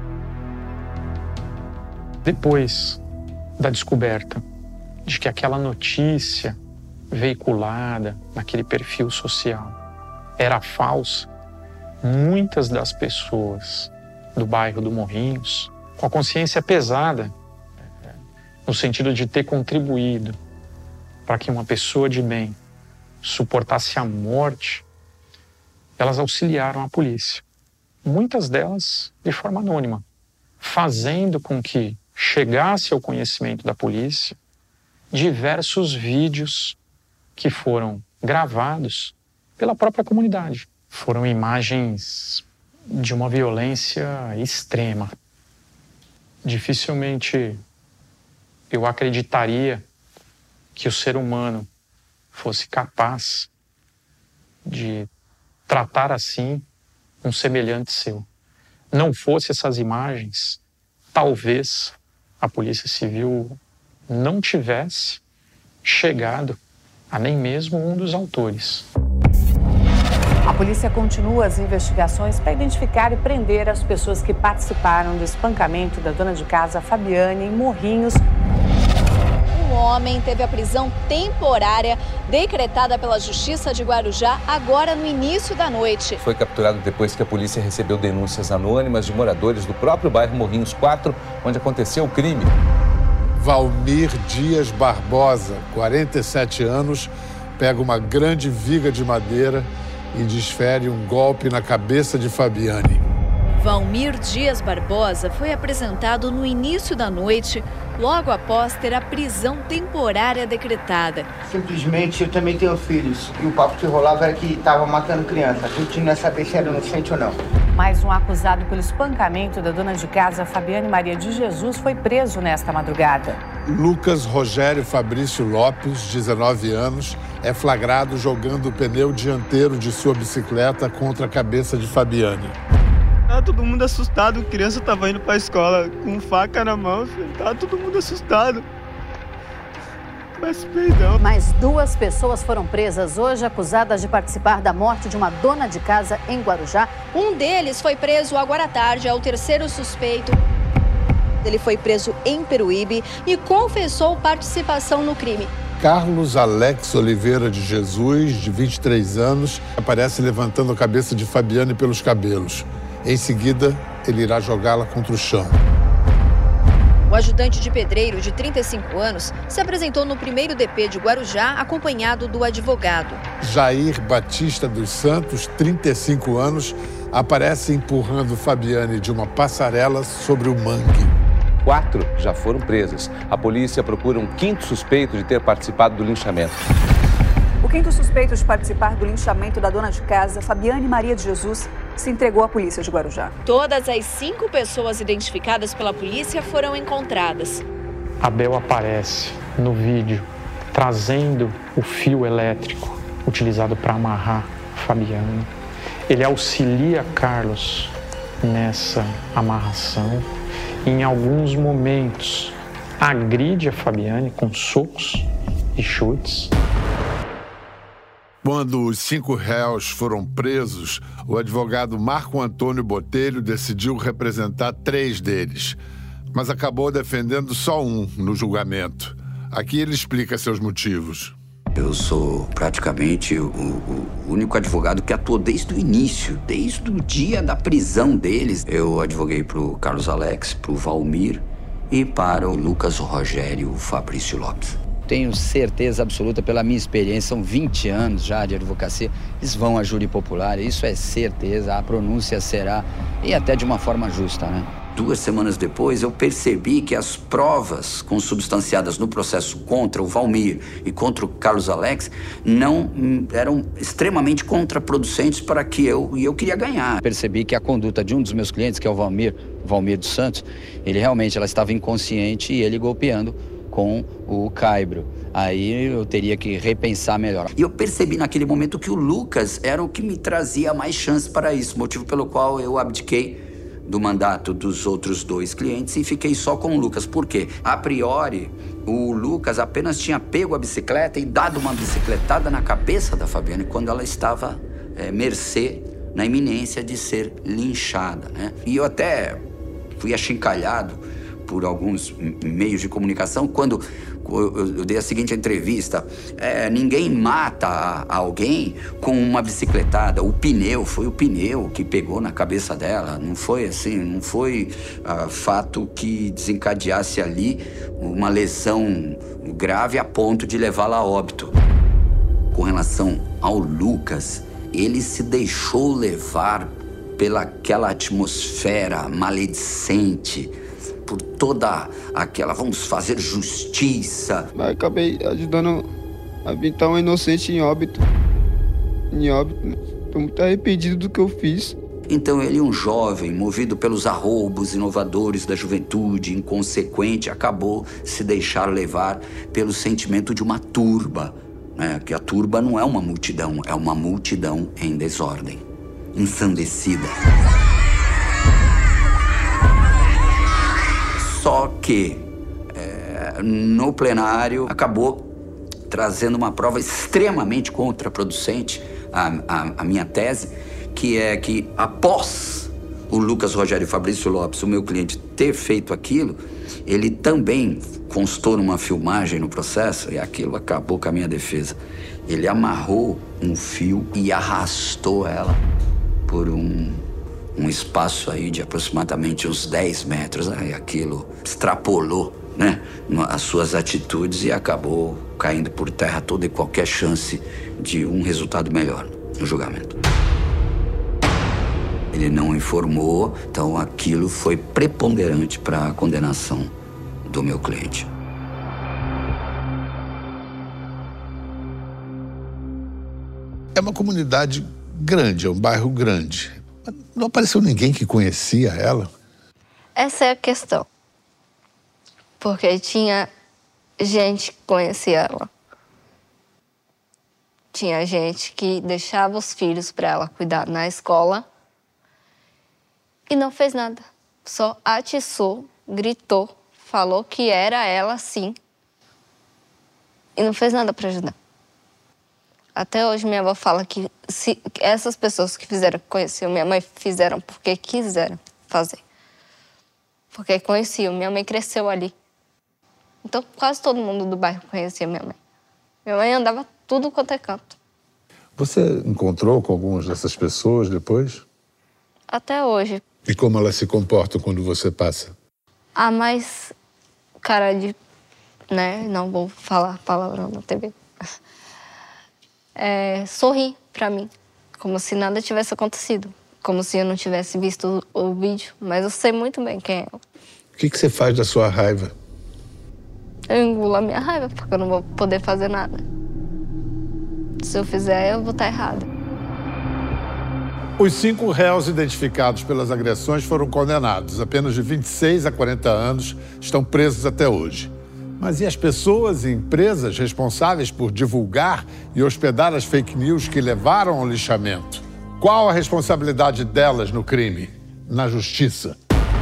Depois da descoberta de que aquela notícia veiculada naquele perfil social era falsa, muitas das pessoas do bairro do Morrinhos, com a consciência pesada, no sentido de ter contribuído para que uma pessoa de bem suportasse a morte, elas auxiliaram a polícia. Muitas delas de forma anônima, fazendo com que chegasse ao conhecimento da polícia diversos vídeos que foram gravados pela própria comunidade. Foram imagens de uma violência extrema. Dificilmente eu acreditaria que o ser humano fosse capaz de tratar assim um semelhante seu. Não fosse essas imagens, talvez a Polícia Civil não tivesse chegado a nem mesmo um dos autores. A polícia continua as investigações para identificar e prender as pessoas que participaram do espancamento da dona de casa Fabiane em Morrinhos. homem teve a prisão temporária decretada pela Justiça de Guarujá agora no início da noite. Foi capturado depois que a polícia recebeu denúncias anônimas de moradores do próprio bairro Morrinhos quatro, onde aconteceu o crime. Valmir Dias Barbosa, quarenta e sete anos, pega uma grande viga de madeira e desfere um golpe na cabeça de Fabiane. Valmir Dias Barbosa foi apresentado no início da noite, logo após ter a prisão temporária decretada. Simplesmente eu também tenho filhos e o papo que rolava era que estava matando criança. A gente não ia saber se era inocente ou não. Mais um acusado pelo espancamento da dona de casa, Fabiane Maria de Jesus, foi preso nesta madrugada. Lucas Rogério Fabrício Lopes, dezenove anos, é flagrado jogando o pneu dianteiro de sua bicicleta contra a cabeça de Fabiane. Tava todo mundo assustado, criança tava indo pra escola com faca na mão, filho. Tava todo mundo assustado. Peço perdão. Mais duas pessoas foram presas hoje, acusadas de participar da morte de uma dona de casa em Guarujá. Um deles foi preso agora à tarde, é o terceiro suspeito. Ele foi preso em Peruíbe e confessou participação no crime. Carlos Alex Oliveira de Jesus, de vinte e três anos, aparece levantando a cabeça de Fabiane pelos cabelos. Em seguida, ele irá jogá-la contra o chão. O ajudante de pedreiro, de trinta e cinco anos, se apresentou no primeiro D P de Guarujá, acompanhado do advogado. Jair Batista dos Santos, trinta e cinco anos, aparece empurrando Fabiane de uma passarela sobre o mangue. Quatro já foram presas. A polícia procura um quinto suspeito de ter participado do linchamento. O quinto suspeito de participar do linchamento da dona de casa, Fabiane Maria de Jesus, se entregou à polícia de Guarujá. Todas as cinco pessoas identificadas pela polícia foram encontradas. Abel aparece no vídeo trazendo o fio elétrico utilizado para amarrar Fabiane. Ele auxilia Carlos nessa amarração. Em alguns momentos, agride a Fabiane com socos e chutes. Quando os cinco réus foram presos, o advogado Marco Antônio Botelho decidiu representar três deles, mas acabou defendendo só um no julgamento. Aqui ele explica seus motivos. Eu sou praticamente o, o único advogado que atuou desde o início, desde o dia da prisão deles. Eu advoguei para o Carlos Alex, para o Valmir e para o Lucas Rogério Fabrício Lopes. Tenho certeza absoluta, pela minha experiência, são vinte anos já de advocacia, eles vão a júri popular, isso é certeza, a pronúncia será, e até de uma forma justa, né? Duas semanas depois, eu percebi que as provas consubstanciadas no processo contra o Valmir e contra o Carlos Alex não eram extremamente contraproducentes para que eu, e eu queria ganhar. Percebi que a conduta de um dos meus clientes, que é o Valmir, Valmir dos Santos, ele realmente ela estava inconsciente e ele golpeando com o caibro. Aí eu teria que repensar melhor. E eu percebi naquele momento que o Lucas era o que me trazia mais chance para isso, motivo pelo qual eu abdiquei do mandato dos outros dois clientes e fiquei só com o Lucas. Por quê? A priori, o Lucas apenas tinha pego a bicicleta e dado uma bicicletada na cabeça da Fabiane quando ela estava é, mercê, na iminência de ser linchada, né? E eu até fui achincalhado por alguns meios de comunicação, quando eu dei a seguinte entrevista: é, ninguém mata alguém com uma bicicletada, o pneu, foi o pneu que pegou na cabeça dela, não foi assim, não foi uh, fato que desencadeasse ali uma lesão grave a ponto de levá-la a óbito. Com relação ao Lucas, ele se deixou levar pelaquela atmosfera maledicente, por toda aquela, vamos fazer justiça. Mas acabei ajudando a evitar um inocente em óbito. Em óbito, estou muito arrependido do que eu fiz. Então ele, um jovem, movido pelos arroubos inovadores da juventude, inconsequente, acabou se deixar levar pelo sentimento de uma turba, né? Que a turba não é uma multidão, é uma multidão em desordem, ensandecida. Só que é, no plenário acabou trazendo uma prova extremamente contraproducente à, à, à minha tese, que é que após o Lucas Rogério Fabrício Lopes, o meu cliente, ter feito aquilo, ele também constou numa filmagem no processo, e aquilo acabou com a minha defesa. Ele amarrou um fio e arrastou ela por um, um espaço aí de aproximadamente uns dez metros. Aí aquilo extrapolou, né, as suas atitudes e acabou caindo por terra toda e qualquer chance de um resultado melhor no julgamento. Ele não informou, então aquilo foi preponderante para a condenação do meu cliente. É uma comunidade grande, é um bairro grande. Não apareceu ninguém que conhecia ela? Essa é a questão. Porque tinha gente que conhecia ela. Tinha gente que deixava os filhos para ela cuidar na escola e não fez nada. Só atiçou, gritou, falou que era ela sim e não fez nada para ajudar. Até hoje minha avó fala que se essas pessoas que fizeram conheciam minha mãe fizeram porque quiseram fazer. Porque conheciam, minha mãe cresceu ali. Então quase todo mundo do bairro conhecia minha mãe. Minha mãe andava tudo quanto é canto. Você encontrou com algumas dessas pessoas depois? Até hoje. E como elas se comportam quando você passa? A mais cara de... né? Não vou falar palavrão na T V. É, sorri pra mim, como se nada tivesse acontecido. Como se eu não tivesse visto o, o vídeo. Mas eu sei muito bem quem é. O que, que você faz da sua raiva? Eu engulo a minha raiva, porque eu não vou poder fazer nada. Se eu fizer, eu vou estar errada. Os cinco réus identificados pelas agressões foram condenados. Apenas de vinte e seis a quarenta anos estão presos até hoje. Mas e as pessoas e empresas responsáveis por divulgar e hospedar as fake news que levaram ao lixamento? Qual a responsabilidade delas no crime, na justiça?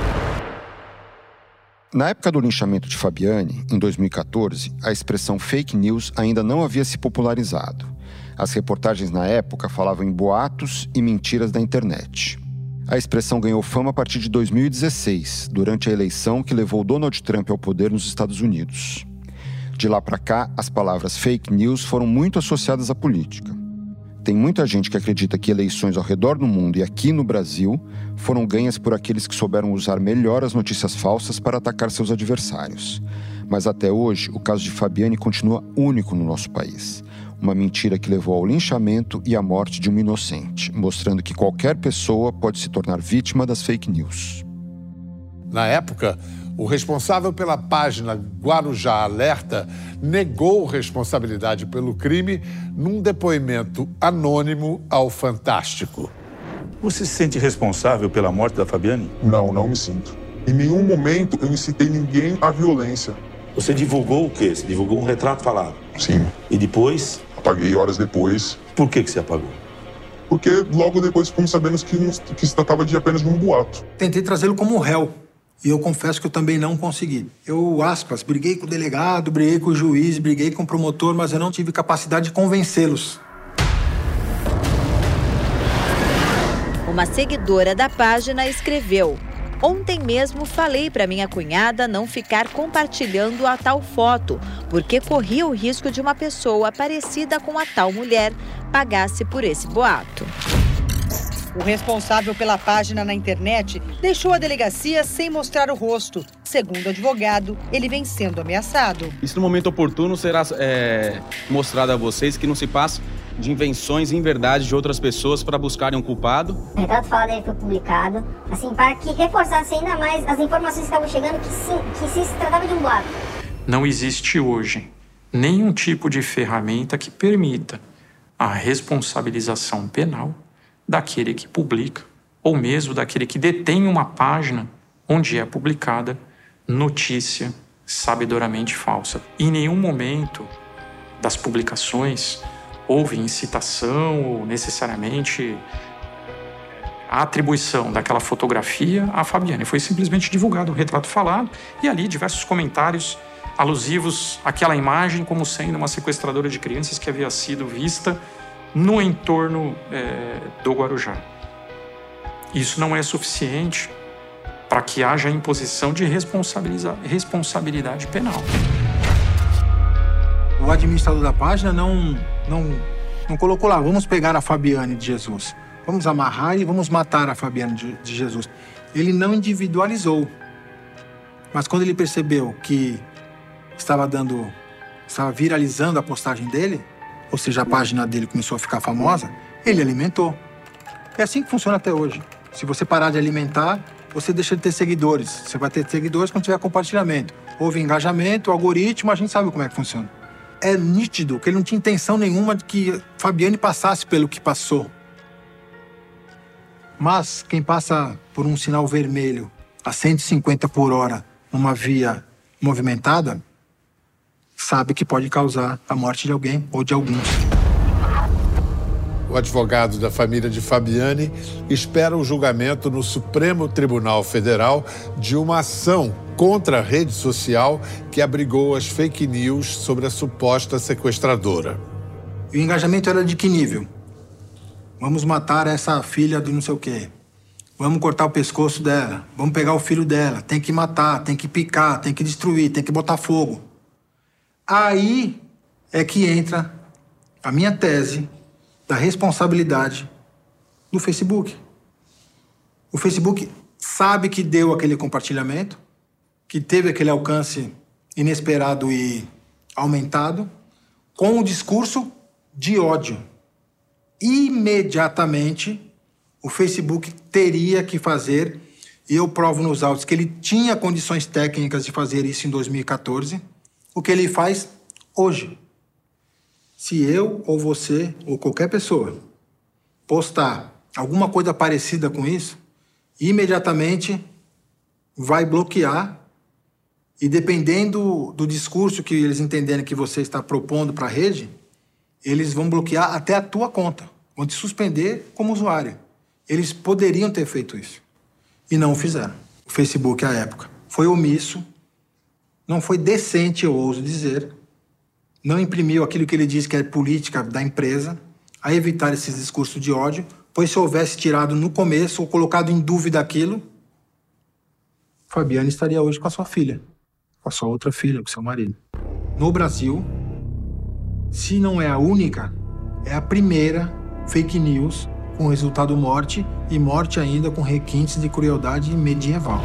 Na época do linchamento de Fabiane, em dois mil e quatorze, a expressão fake news ainda não havia se popularizado. As reportagens na época falavam em boatos e mentiras da internet. A expressão ganhou fama a partir de dois mil e dezesseis, durante a eleição que levou Donald Trump ao poder nos Estados Unidos. De lá para cá, as palavras fake news foram muito associadas à política. Tem muita gente que acredita que eleições ao redor do mundo e aqui no Brasil foram ganhas por aqueles que souberam usar melhor as notícias falsas para atacar seus adversários. Mas até hoje, o caso de Fabiane continua único no nosso país. Uma mentira que levou ao linchamento e à morte de um inocente, mostrando que qualquer pessoa pode se tornar vítima das fake news. Na época, o responsável pela página Guarujá Alerta negou responsabilidade pelo crime num depoimento anônimo ao Fantástico. Você se sente responsável pela morte da Fabiane? Não, não me sinto. Em nenhum momento eu incitei ninguém à violência. Você divulgou o quê? Você divulgou um retrato falado? Sim. E depois? Apaguei horas depois. Por que que você apagou? Porque logo depois ficamos sabendo que, que se tratava de apenas um boato. Tentei trazê-lo como réu. E eu confesso que eu também não consegui. Eu, aspas, briguei com o delegado, briguei com o juiz, briguei com o promotor, mas eu não tive capacidade de convencê-los. Uma seguidora da página escreveu: ontem mesmo falei para minha cunhada não ficar compartilhando a tal foto, porque corria o risco de uma pessoa parecida com a tal mulher pagasse por esse boato. O responsável pela página na internet deixou a delegacia sem mostrar o rosto. Segundo o advogado, ele vem sendo ameaçado. Isso no momento oportuno será é, mostrado a vocês que não se passa de invenções em verdade de outras pessoas para buscarem um culpado. O retrato falado dele foi publicado, assim, para que reforçasse ainda mais as informações que estavam chegando que, sim, que sim, se tratava de um boato. Não existe hoje nenhum tipo de ferramenta que permita a responsabilização penal daquele que publica, ou mesmo daquele que detém uma página onde é publicada notícia sabidoramente falsa. Em nenhum momento das publicações houve incitação ou necessariamente a atribuição daquela fotografia à Fabiane. Foi simplesmente divulgado um retrato falado e ali diversos comentários alusivos àquela imagem como sendo uma sequestradora de crianças que havia sido vista no entorno é, do Guarujá. Isso não é suficiente para que haja imposição de responsabilidade penal. O administrador da página não, não, não colocou lá, vamos pegar a Fabiane de Jesus, vamos amarrar e vamos matar a Fabiane de, de Jesus. Ele não individualizou. Mas quando ele percebeu que estava dando, estava viralizando a postagem dele, ou seja, a página dele começou a ficar famosa, ele alimentou. É assim que funciona até hoje. Se você parar de alimentar, você deixa de ter seguidores. Você vai ter seguidores quando tiver compartilhamento. Houve engajamento, algoritmo, a gente sabe como é que funciona. É nítido que ele não tinha intenção nenhuma de que Fabiane passasse pelo que passou. Mas quem passa por um sinal vermelho a cento e cinquenta por hora numa via movimentada, sabe que pode causar a morte de alguém ou de alguns. O advogado da família de Fabiane espera o julgamento no Supremo Tribunal Federal de uma ação contra a rede social que abrigou as fake news sobre a suposta sequestradora. E o engajamento era de que nível? Vamos matar essa filha do não sei o quê. Vamos cortar o pescoço dela. Vamos pegar o filho dela. Tem que matar, tem que picar, tem que destruir, tem que botar fogo. Aí é que entra a minha tese da responsabilidade do Facebook. O Facebook sabe que deu aquele compartilhamento, que teve aquele alcance inesperado e aumentado, com o discurso de ódio. Imediatamente, o Facebook teria que fazer, e eu provo nos autos que ele tinha condições técnicas de fazer isso em dois mil e quatorze, o que ele faz hoje. Se eu ou você ou qualquer pessoa postar alguma coisa parecida com isso, imediatamente vai bloquear e, dependendo do discurso que eles entenderem que você está propondo para a rede, eles vão bloquear até a tua conta, vão te suspender como usuário. Eles poderiam ter feito isso e não o fizeram. O Facebook, à época, foi omisso, não foi decente, eu ouso dizer, não imprimiu aquilo que ele diz que é política da empresa, a evitar esses discursos de ódio, pois se houvesse tirado no começo ou colocado em dúvida aquilo, Fabiane estaria hoje com a sua filha, com a sua outra filha, com seu marido. No Brasil, se não é a única, é a primeira fake news com resultado morte, e morte ainda com requintes de crueldade medieval.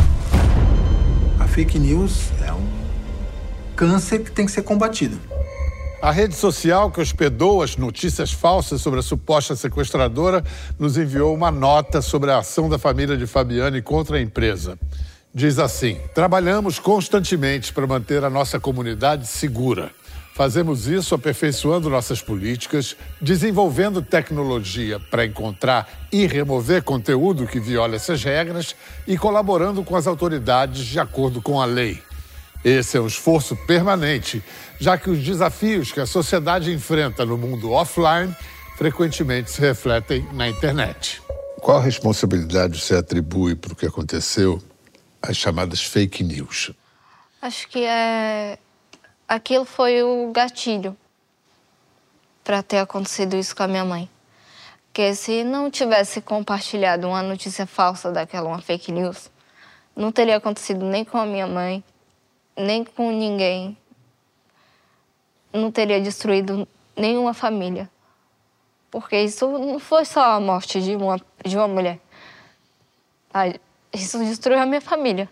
A fake news é um câncer que tem que ser combatido. A rede social que hospedou as notícias falsas sobre a suposta sequestradora nos enviou uma nota sobre a ação da família de Fabiane contra a empresa. Diz assim: trabalhamos constantemente para manter a nossa comunidade segura. Fazemos isso aperfeiçoando nossas políticas, desenvolvendo tecnologia para encontrar e remover conteúdo que viola essas regras e colaborando com as autoridades de acordo com a lei. Esse é um esforço permanente, já que os desafios que a sociedade enfrenta no mundo offline frequentemente se refletem na internet. Qual a responsabilidade você atribui para o que aconteceu às chamadas fake news? Acho que é... aquilo foi o gatilho para ter acontecido isso com a minha mãe. Porque se não tivesse compartilhado uma notícia falsa daquela, uma fake news, não teria acontecido nem com a minha mãe, nem com ninguém. Não teria destruído nenhuma família. Porque isso não foi só a morte de uma, de uma mulher. Isso destruiu a minha família.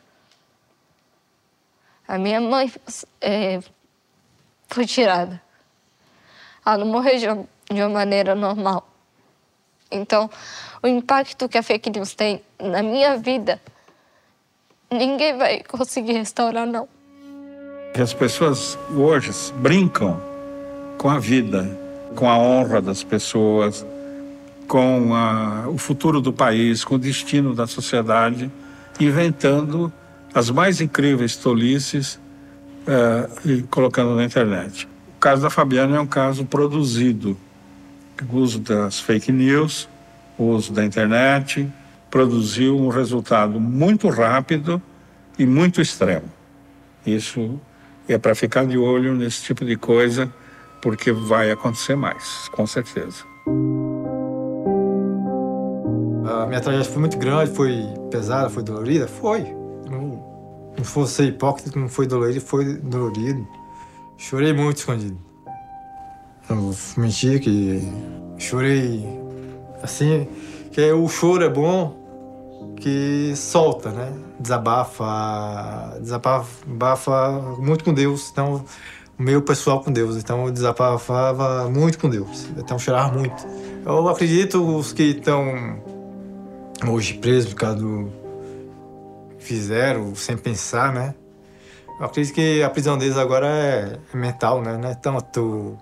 A minha mãe é, foi tirada. Ela não morreu de uma, de uma maneira normal. Então, o impacto que a fake news tem na minha vida, ninguém vai conseguir restaurar, não. As pessoas hoje brincam com a vida, com a honra das pessoas, com a, o futuro do país, com o destino da sociedade, inventando as mais incríveis tolices uh, e colocando na internet. O caso da Fabiane é um caso produzido. O uso das fake news, o uso da internet, produziu um resultado muito rápido e muito extremo. Isso é para ficar de olho nesse tipo de coisa, porque vai acontecer mais, com certeza. A minha tragédia foi muito grande, foi pesada, foi dolorida? Foi. Não, não fosse ser hipócrita, não foi dolorido, foi dolorido. Chorei muito escondido. Não vou mentir que chorei assim, que o choro é bom, que solta, né? Desabafa, desabafa muito com Deus, então o meu pessoal com Deus, então eu desabafava muito com Deus, então eu chorava muito. Eu acredito os que estão hoje presos por causa do que fizeram, sem pensar, né? Eu acredito que a prisão deles agora é, é mental, né? Não é tanto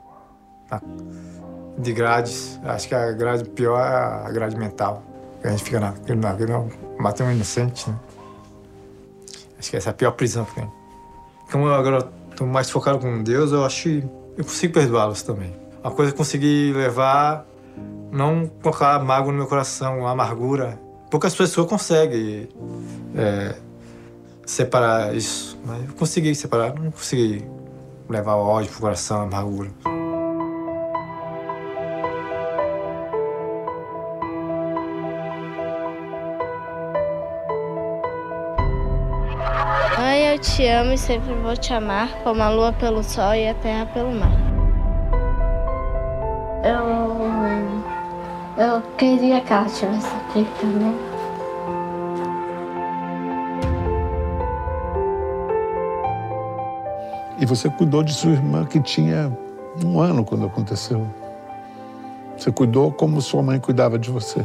de grades. Acho que a grade pior é a grade mental. A gente fica na, na, na matar um inocente, né? Acho que essa é a pior prisão que tem. Como eu agora estou mais focado com Deus, eu acho que eu consigo perdoá-los também. Uma coisa que eu consegui levar, não colocar mágoa no meu coração, amargura. Poucas pessoas conseguem é, separar isso, mas eu consegui separar, não consegui levar o ódio pro coração, a amargura. Mãe, eu te amo e sempre vou te amar, como a lua pelo sol e a terra pelo mar. Eu... eu queria que ela estivesse aqui também. E você cuidou de sua irmã que tinha um ano quando aconteceu. Você cuidou como sua mãe cuidava de você.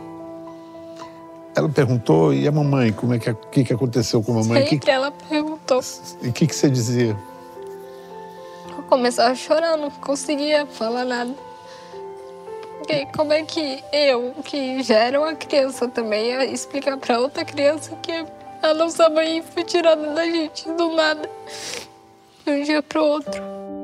Ela perguntou, e a mamãe, como é que, que, que aconteceu com a mamãe? Sempre que, ela perguntou. E o que, que você dizia? Eu começava a chorar, não conseguia falar nada. Porque como é que eu, que já era uma criança também, ia explicar pra outra criança que a nossa mãe foi tirada da gente do nada, de um dia pro outro.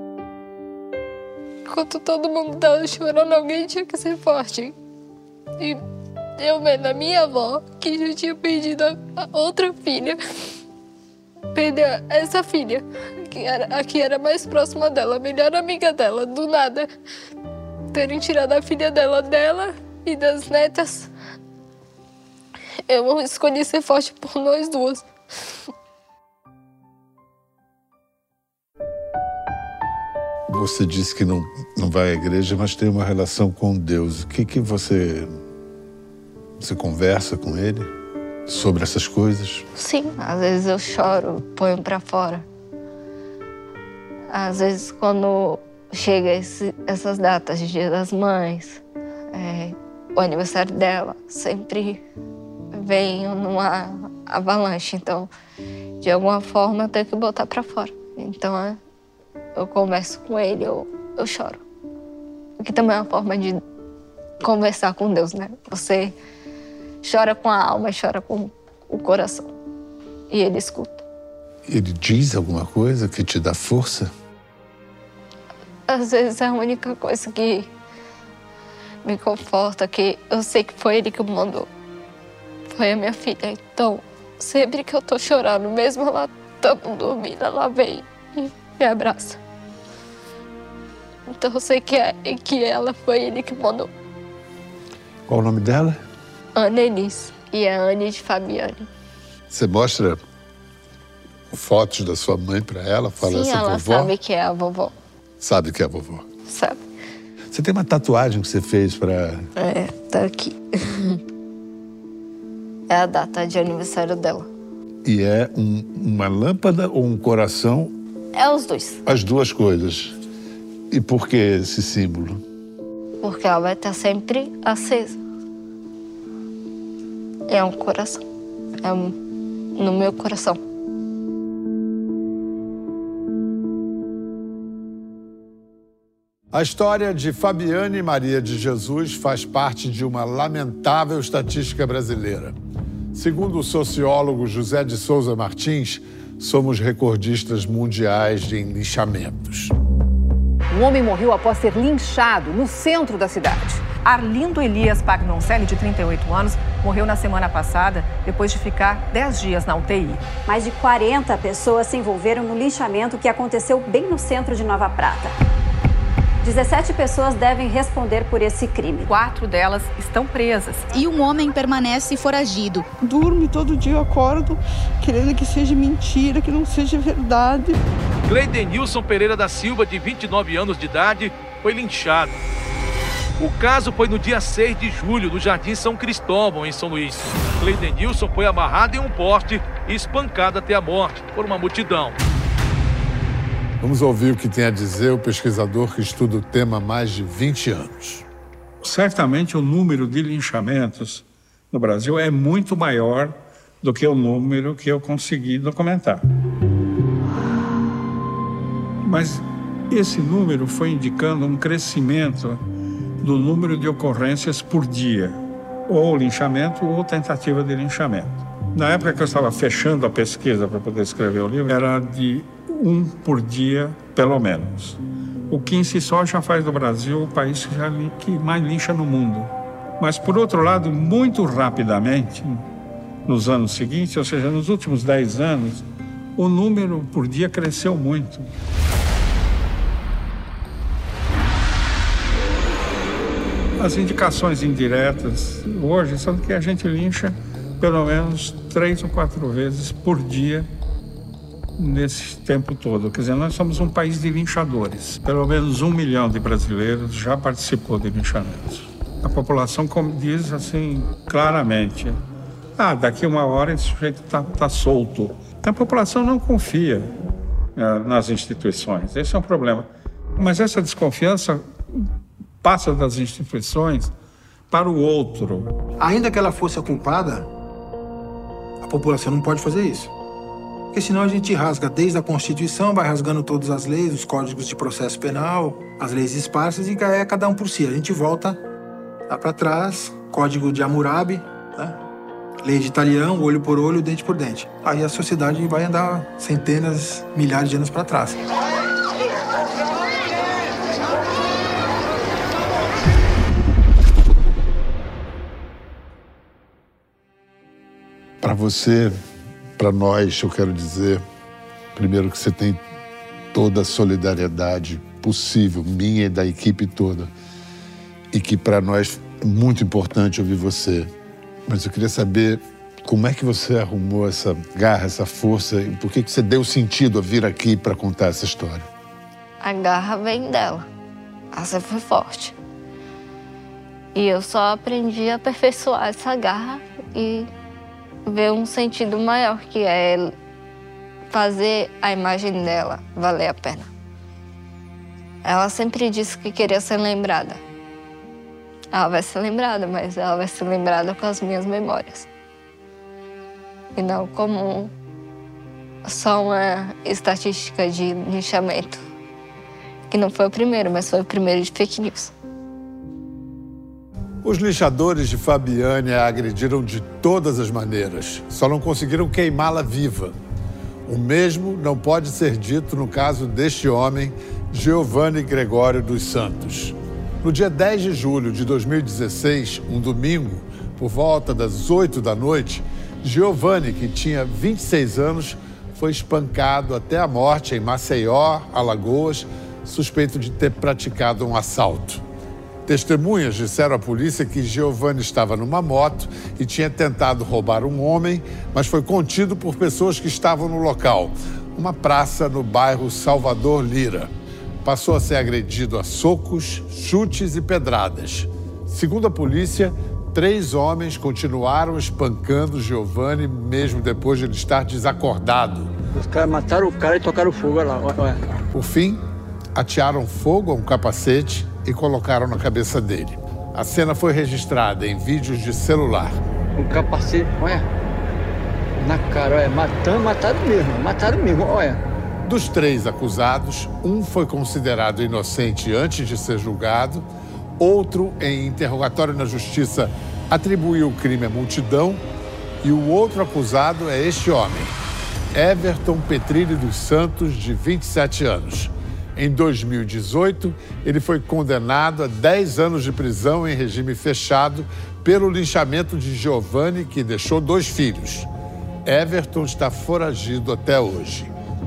Enquanto todo mundo tava chorando, alguém tinha que ser forte. E eu vendo a minha avó, que já tinha perdido a outra filha, perder essa filha, que era, a que era mais próxima dela, a melhor amiga dela, do nada, terem tirado a filha dela dela e das netas. Eu escolhi ser forte por nós duas. Você disse que não, não vai à igreja, mas tem uma relação com Deus. O que, que você... Você conversa com ele sobre essas coisas? Sim, às vezes eu choro, ponho pra fora. Às vezes quando chega esse, essas datas de Dia das Mães, é, o aniversário dela, sempre venho numa avalanche. Então, de alguma forma, eu tenho que botar pra fora. Então, é, eu converso com ele, eu, eu choro. O que também é uma forma de conversar com Deus, né? Você chora com a alma e chora com o coração. E ele escuta. Ele diz alguma coisa que te dá força? Às vezes é a única coisa que me conforta, que eu sei que foi ele que me mandou. Foi a minha filha. Então, sempre que eu tô chorando, mesmo ela estando dormindo, ela vem e me abraça. Então eu sei que, é, que ela foi ele que me mandou. Qual o nome dela? Ana Elis, e é Anne de Fabiane. Você mostra fotos da sua mãe pra ela? Fala Sim, essa ela vovó? sabe que é a vovó. Sabe que é a vovó? Sabe. Você tem uma tatuagem que você fez pra... É, tá aqui. É a data de aniversário dela. E é um, uma lâmpada ou um coração? É os dois. As duas coisas. E por que esse símbolo? Porque ela vai estar sempre acesa. É um coração. É um, no meu coração. A história de Fabiane Maria de Jesus faz parte de uma lamentável estatística brasileira. Segundo o sociólogo José de Souza Martins, somos recordistas mundiais de linchamentos. Um homem morreu após ser linchado no centro da cidade. Arlindo Elias Pagnoncelli, de trinta e oito anos, morreu na semana passada depois de ficar dez dias na U T I. Mais de quarenta pessoas se envolveram no linchamento que aconteceu bem no centro de Nova Prata. dezessete pessoas devem responder por esse crime. Quatro delas estão presas. E um homem permanece foragido. Durmo todo dia, eu acordo querendo que seja mentira, que não seja verdade. Cleidenilson Pereira da Silva, de vinte e nove anos de idade, foi linchado. O caso foi no dia seis de julho, no Jardim São Cristóvão, em São Luís. Cleidenilson foi amarrado em um poste e espancado até a morte por uma multidão. Vamos ouvir o que tem a dizer o pesquisador que estuda o tema há mais de vinte anos. Certamente o número de linchamentos no Brasil é muito maior do que o número que eu consegui documentar. Mas esse número foi indicando um crescimento do número de ocorrências por dia, ou linchamento ou tentativa de linchamento. Na época que eu estava fechando a pesquisa para poder escrever o livro, era de um por dia, pelo menos. O que em si só já faz do Brasil o país que, já, que mais lincha no mundo. Mas, por outro lado, muito rapidamente, nos anos seguintes, ou seja, nos últimos dez anos, o número por dia cresceu muito. As indicações indiretas hoje são que a gente lincha pelo menos três ou quatro vezes por dia nesse tempo todo. Quer dizer, nós somos um país de linchadores. Pelo menos um milhão de brasileiros já participou de linchamentos. A população diz assim claramente, ah, daqui uma hora esse sujeito está tá solto. A população não confia é, nas instituições. Esse é um problema. Mas essa desconfiança passa das instituições para o outro. Ainda que ela fosse a culpada, a população não pode fazer isso. Porque senão a gente rasga desde a Constituição, vai rasgando todas as leis, os códigos de processo penal, as leis esparsas, e é cada um por si. A gente volta lá para trás, Código de Hammurabi, né? Lei de Italião, olho por olho, dente por dente. Aí a sociedade vai andar centenas, milhares de anos para trás. Para você, para nós, eu quero dizer, primeiro que você tem toda a solidariedade possível, minha e da equipe toda, e que para nós é muito importante ouvir você. Mas eu queria saber como é que você arrumou essa garra, essa força, e por que que você deu sentido a vir aqui para contar essa história? A garra vem dela. Ela sempre foi forte. E eu só aprendi a aperfeiçoar essa garra e ver um sentido maior, que é fazer a imagem dela valer a pena. Ela sempre disse que queria ser lembrada. Ela vai ser lembrada, mas ela vai ser lembrada com as minhas memórias. E não como só uma estatística de linchamento. Que não foi o primeiro, mas foi o primeiro de fake news. Os linchadores de Fabiane a agrediram de todas as maneiras. Só não conseguiram queimá-la viva. O mesmo não pode ser dito no caso deste homem, Giovanni Gregório dos Santos. No dia dez de julho de dois mil e dezesseis, um domingo, por volta das oito da noite, Giovanni, que tinha vinte e seis anos, foi espancado até a morte em Maceió, Alagoas, suspeito de ter praticado um assalto. Testemunhas disseram à polícia que Giovanni estava numa moto e tinha tentado roubar um homem, mas foi contido por pessoas que estavam no local, uma praça no bairro Salvador Lira. Passou a ser agredido a socos, chutes e pedradas. Segundo a polícia, três homens continuaram espancando Giovanni mesmo depois de ele estar desacordado. Os caras mataram o cara e tocaram fogo, olha lá, olha. Por fim, atearam fogo a um capacete e colocaram na cabeça dele. A cena foi registrada em vídeos de celular. Um capacete, olha, na cara, olha, matando, mataram mesmo, mataram mesmo, olha. Dos três acusados, um foi considerado inocente antes de ser julgado, outro, em interrogatório na justiça, atribuiu o crime à multidão e o outro acusado é este homem, Everton Petrilli dos Santos, de vinte e sete anos. Em dois mil e dezoito, ele foi condenado a dez anos de prisão em regime fechado pelo linchamento de Giovanni, que deixou dois filhos. Everton está foragido até hoje.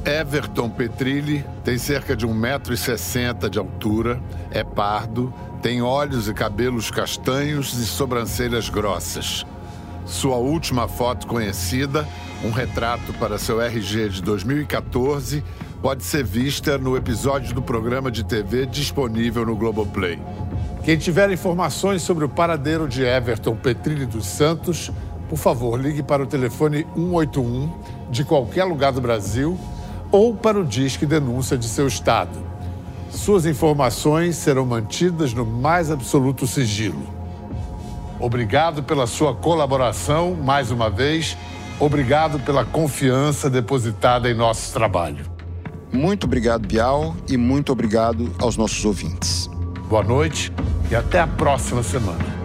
Everton Petrilli tem cerca de um metro e sessenta de altura, é pardo, tem olhos e cabelos castanhos e sobrancelhas grossas. Sua última foto conhecida, um retrato para seu R G de dois mil e quatorze, pode ser vista no episódio do programa de T V disponível no Globoplay. Quem tiver informações sobre o paradeiro de Everton Petrilli dos Santos, por favor, ligue para o telefone um oito um de qualquer lugar do Brasil ou para o Disque Denúncia de seu estado. Suas informações serão mantidas no mais absoluto sigilo. Obrigado pela sua colaboração, mais uma vez. Obrigado pela confiança depositada em nosso trabalho. Muito obrigado, Bial, e muito obrigado aos nossos ouvintes. Boa noite e até a próxima semana.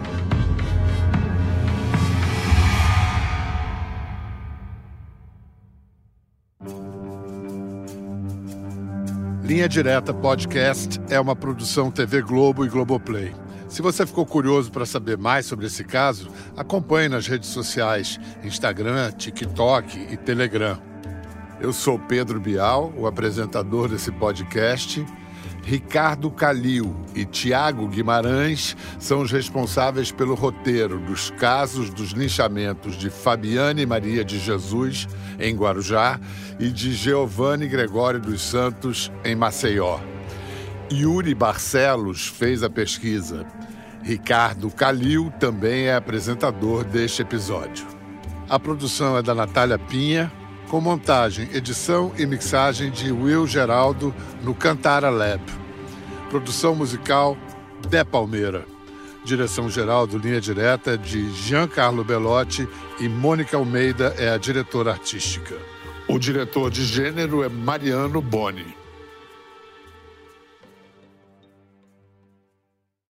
Linha Direta Podcast é uma produção T V Globo e Globoplay. Se você ficou curioso para saber mais sobre esse caso, acompanhe nas redes sociais, Instagram, TikTok e Telegram. Eu sou Pedro Bial, o apresentador desse podcast. Ricardo Calil e Tiago Guimarães são os responsáveis pelo roteiro dos casos dos linchamentos de Fabiane Maria de Jesus, em Guarujá, e de Giovanni Gregório dos Santos, em Maceió. Yuri Barcelos fez a pesquisa. Ricardo Calil também é apresentador deste episódio. A produção é da Natália Pinha, com montagem, edição e mixagem de Will Geraldo no Cantara Lab. Produção musical Dé Palmeira. Direção-geral do Linha Direta de Giancarlo Bellotti e Mônica Almeida é a diretora artística. O diretor de gênero é Mariano Boni.